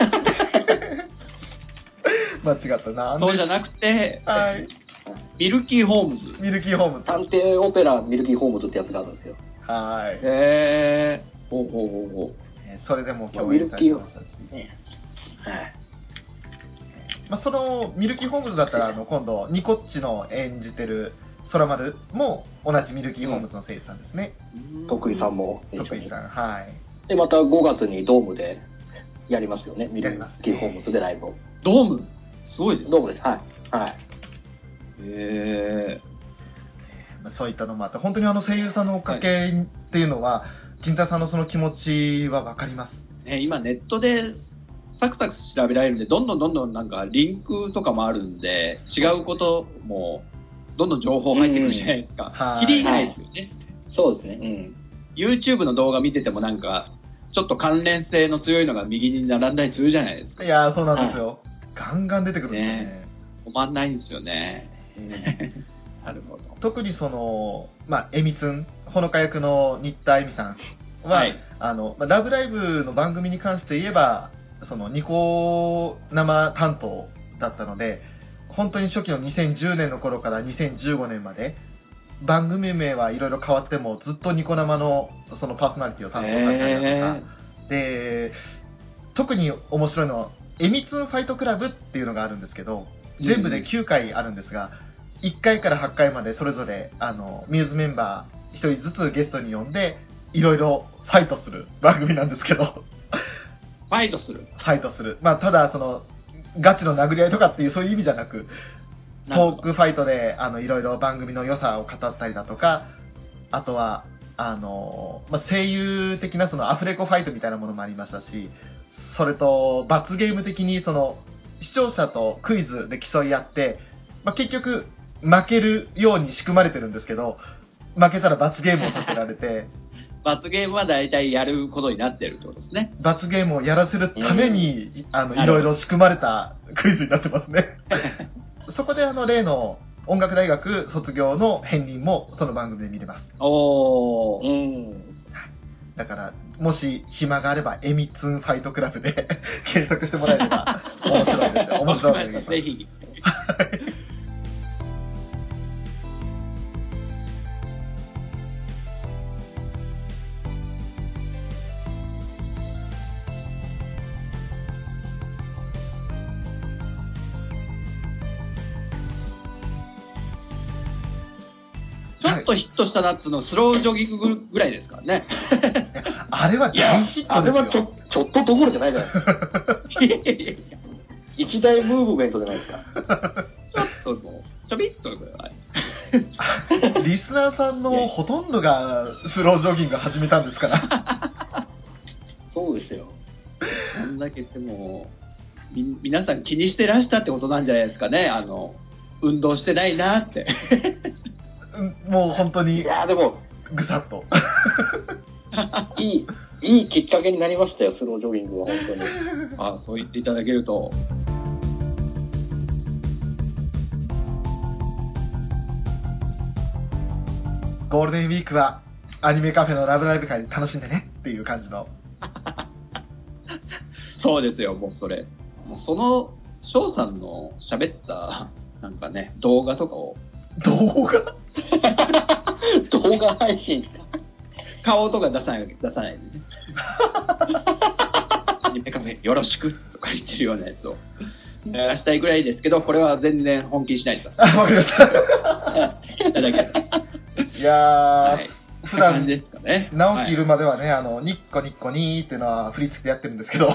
間違ったな。 そうじゃなくて、 はい。 ミルキーホームズ。 ミルキーホームズ。 探偵オペラミルキーホームズってやつがあるんですよ。 はい。 へー。ほうほうほうほう。 それでも共演されてましたし。 ね、はい。 まあ、そのミルキーホームズだったら、あの、今度、ニコッチの演じてる空丸も同じミルキーホームズの声優さんですね。 徳井さんも。 徳井さん、はい。 で、またごがつにドームでやりますよね。ミルやりますねキーホームズでライブを。 ドームすごいですね。 ドームです。はい。はい。 へまあそういったのもあって、本当にあの声優さんのおかげっていうのは、金太さんのその気持ちはわかります。 ー。ね、今ネットでサクサク調べられるんで、どんどんどんどんなんかリンクとかもあるんで、違うこともどんどん情報入ってくるじゃないですか。きりないですよね。 そうですね。うん。 YouTube の動画見ててもなんか、ちょっと関連性の強いのが右に並んだりするじゃないですか。 いやー、そうなんですよ。ガンガン出てくるんですよね。 ね止まんないんですよね。なるほど。 特にその、まあ、えみつん、ほのか役の新田恵美さんは、 はいあの、まあラブライブの番組に関して言えば、その、ニコ生担当だったので、本当に初期のにせんじゅうねんの頃からにせんじゅうごねんまで、番組名はいろいろ変わっても、ずっとニコ生のそのパーソナリティを担当されたりだとか、で、特に面白いのは、えみつんファイトクラブっていうのがあるんですけど、全部できゅうかいあるんですが、いっかいからはっかいまでそれぞれ、あの、ミューズメンバーひとりずつゲストに呼んで、いろいろファイトする番組なんですけど。ファイトするファイトする。まあ、ただ、その、ガチの殴り合いとかっていうそういう意味じゃなく、トークファイトで、あの、いろいろ番組の良さを語ったりだとか、あとは、あの、まあ、声優的なそのアフレコファイトみたいなものもありましたし、それと、罰ゲーム的にその、視聴者とクイズで競い合って、まあ、結局、負けるように仕組まれてるんですけど、負けたら罰ゲームをさせられて、 罰ゲームは大体やることになってるってことですね。 罰ゲームをやらせるために、あの、いろいろ仕組まれたクイズになってますね。そこであの、例の音楽大学卒業の片鱗もその番組で見れます。 おー。 うん。 だから、もし暇があれば、えみつんファイトクラブで検索してもらえれば面白いですよ。面白いです。 ぜひ。 ちょっとヒットしたなっつうのスロージョギングぐらいですからね。 あれは大ヒットあれですよ。 はちょ、ちょっとどころじゃないじゃないですか。一大ムーブメントじゃないですか。 ちょっともう、ちょびっとぐらい。 リスナーさんのほとんどがスロージョギング始めたんですから。 そうですよ。 そんだけでも、み、皆さん気にしてらしたってことなんじゃないですかね。あの、運動してないなって。 もう本当にい、やーでも、 ぐさっと。 いい、いいきっかけになりましたよ、スロージョギングは、本当に。 あ、そう言っていただけると。 ゴールデンウィークはアニメカフェのラブライブ会楽しんでねっていう感じの。 そうですよ、もうそれ。もうその、翔さんの喋った、なんかね、動画とかを。 動画動画配信顔とか出さない、出さないでね。アニメカフェよろしくとか言ってるようなやつを。流したいぐらいですけど、これは全然本気にしないでください。 あ、わかりました。 いただけいやー、はい、普段、 ですかね、 直樹いるまではね、あの、ニッコニッコニーっていうのは振り付けでやってるんですけど。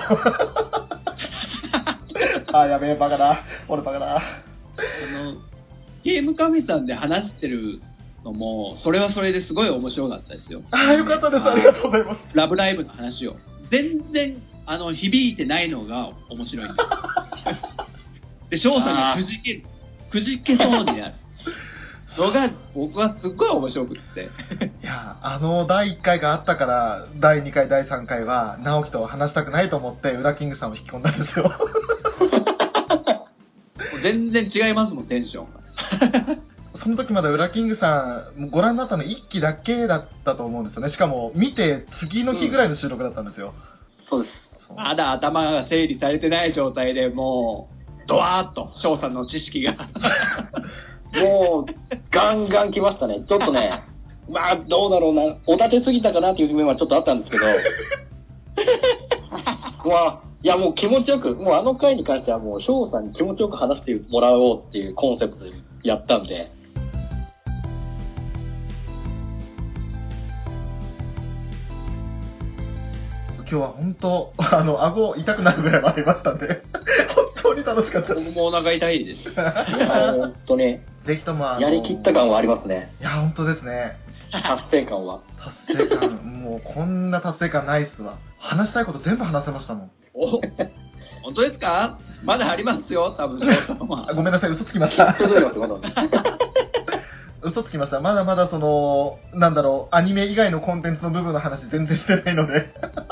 あ、やべえ、バカだ。俺バカだ。 あの、ゲームカフェさんで話してるのも、それはそれですごい面白かったですよ。 あ、よかったです。ありがとうございます。 ラブライブの話を。全然、あの、響いてないのが面白いんです。で、翔さんがくじける。くじけそうになる。のが、僕はすっごい面白くって。 いや、あのだいいっかいがあったから、だいにかい、だいさんかいは、直樹と話したくないと思って、ウラキングさんを引き込んだんですよ。 全然違いますもん、テンションが。 その時まだウラキングさん、ご覧になったのいっきだけだったと思うんですよね。しかも、見て次の日ぐらいの収録だったんですよ。 そうです。 まだ頭が整理されてない状態でもう、ドワーッと、翔さんの知識が。 もう、ガンガン来ましたね。ちょっとね、まあ、どうだろうな。おだてすぎたかなっていう面はちょっとあったんですけど。まあ、いやもう気持ちよく、もうあの回に関してはもう翔さんに気持ちよく話してもらおうっていうコンセプトでやったんで。 今日は本当、あの、顎痛くなるぐらいまでいましたんで、本当に楽しかったです。 僕もお腹痛いです。 いや本当に。 ぜひともあの、 やりきった感はありますね。 いや、本当ですね。 達成感は。 達成感、もうこんな達成感ないっすわ。話したいこと全部話せましたもん。 お、本当ですか？まだありますよ、多分翔さんは。 ごめんなさい、嘘つきました。 嘘嘘つきました。まだまだその、なんだろう、アニメ以外のコンテンツの部分の話全然してないので。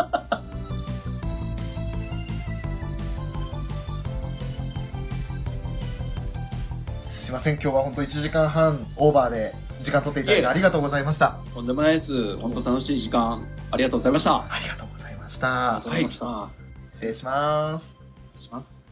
すいません、今日は本当いちじかんはんオーバーで時間取っていただいてありがとうございました。 とんでもないです。本当楽しい時間、ありがとうございました。 ありがとうございました。 ありがとうございました。 失礼します。 失礼します。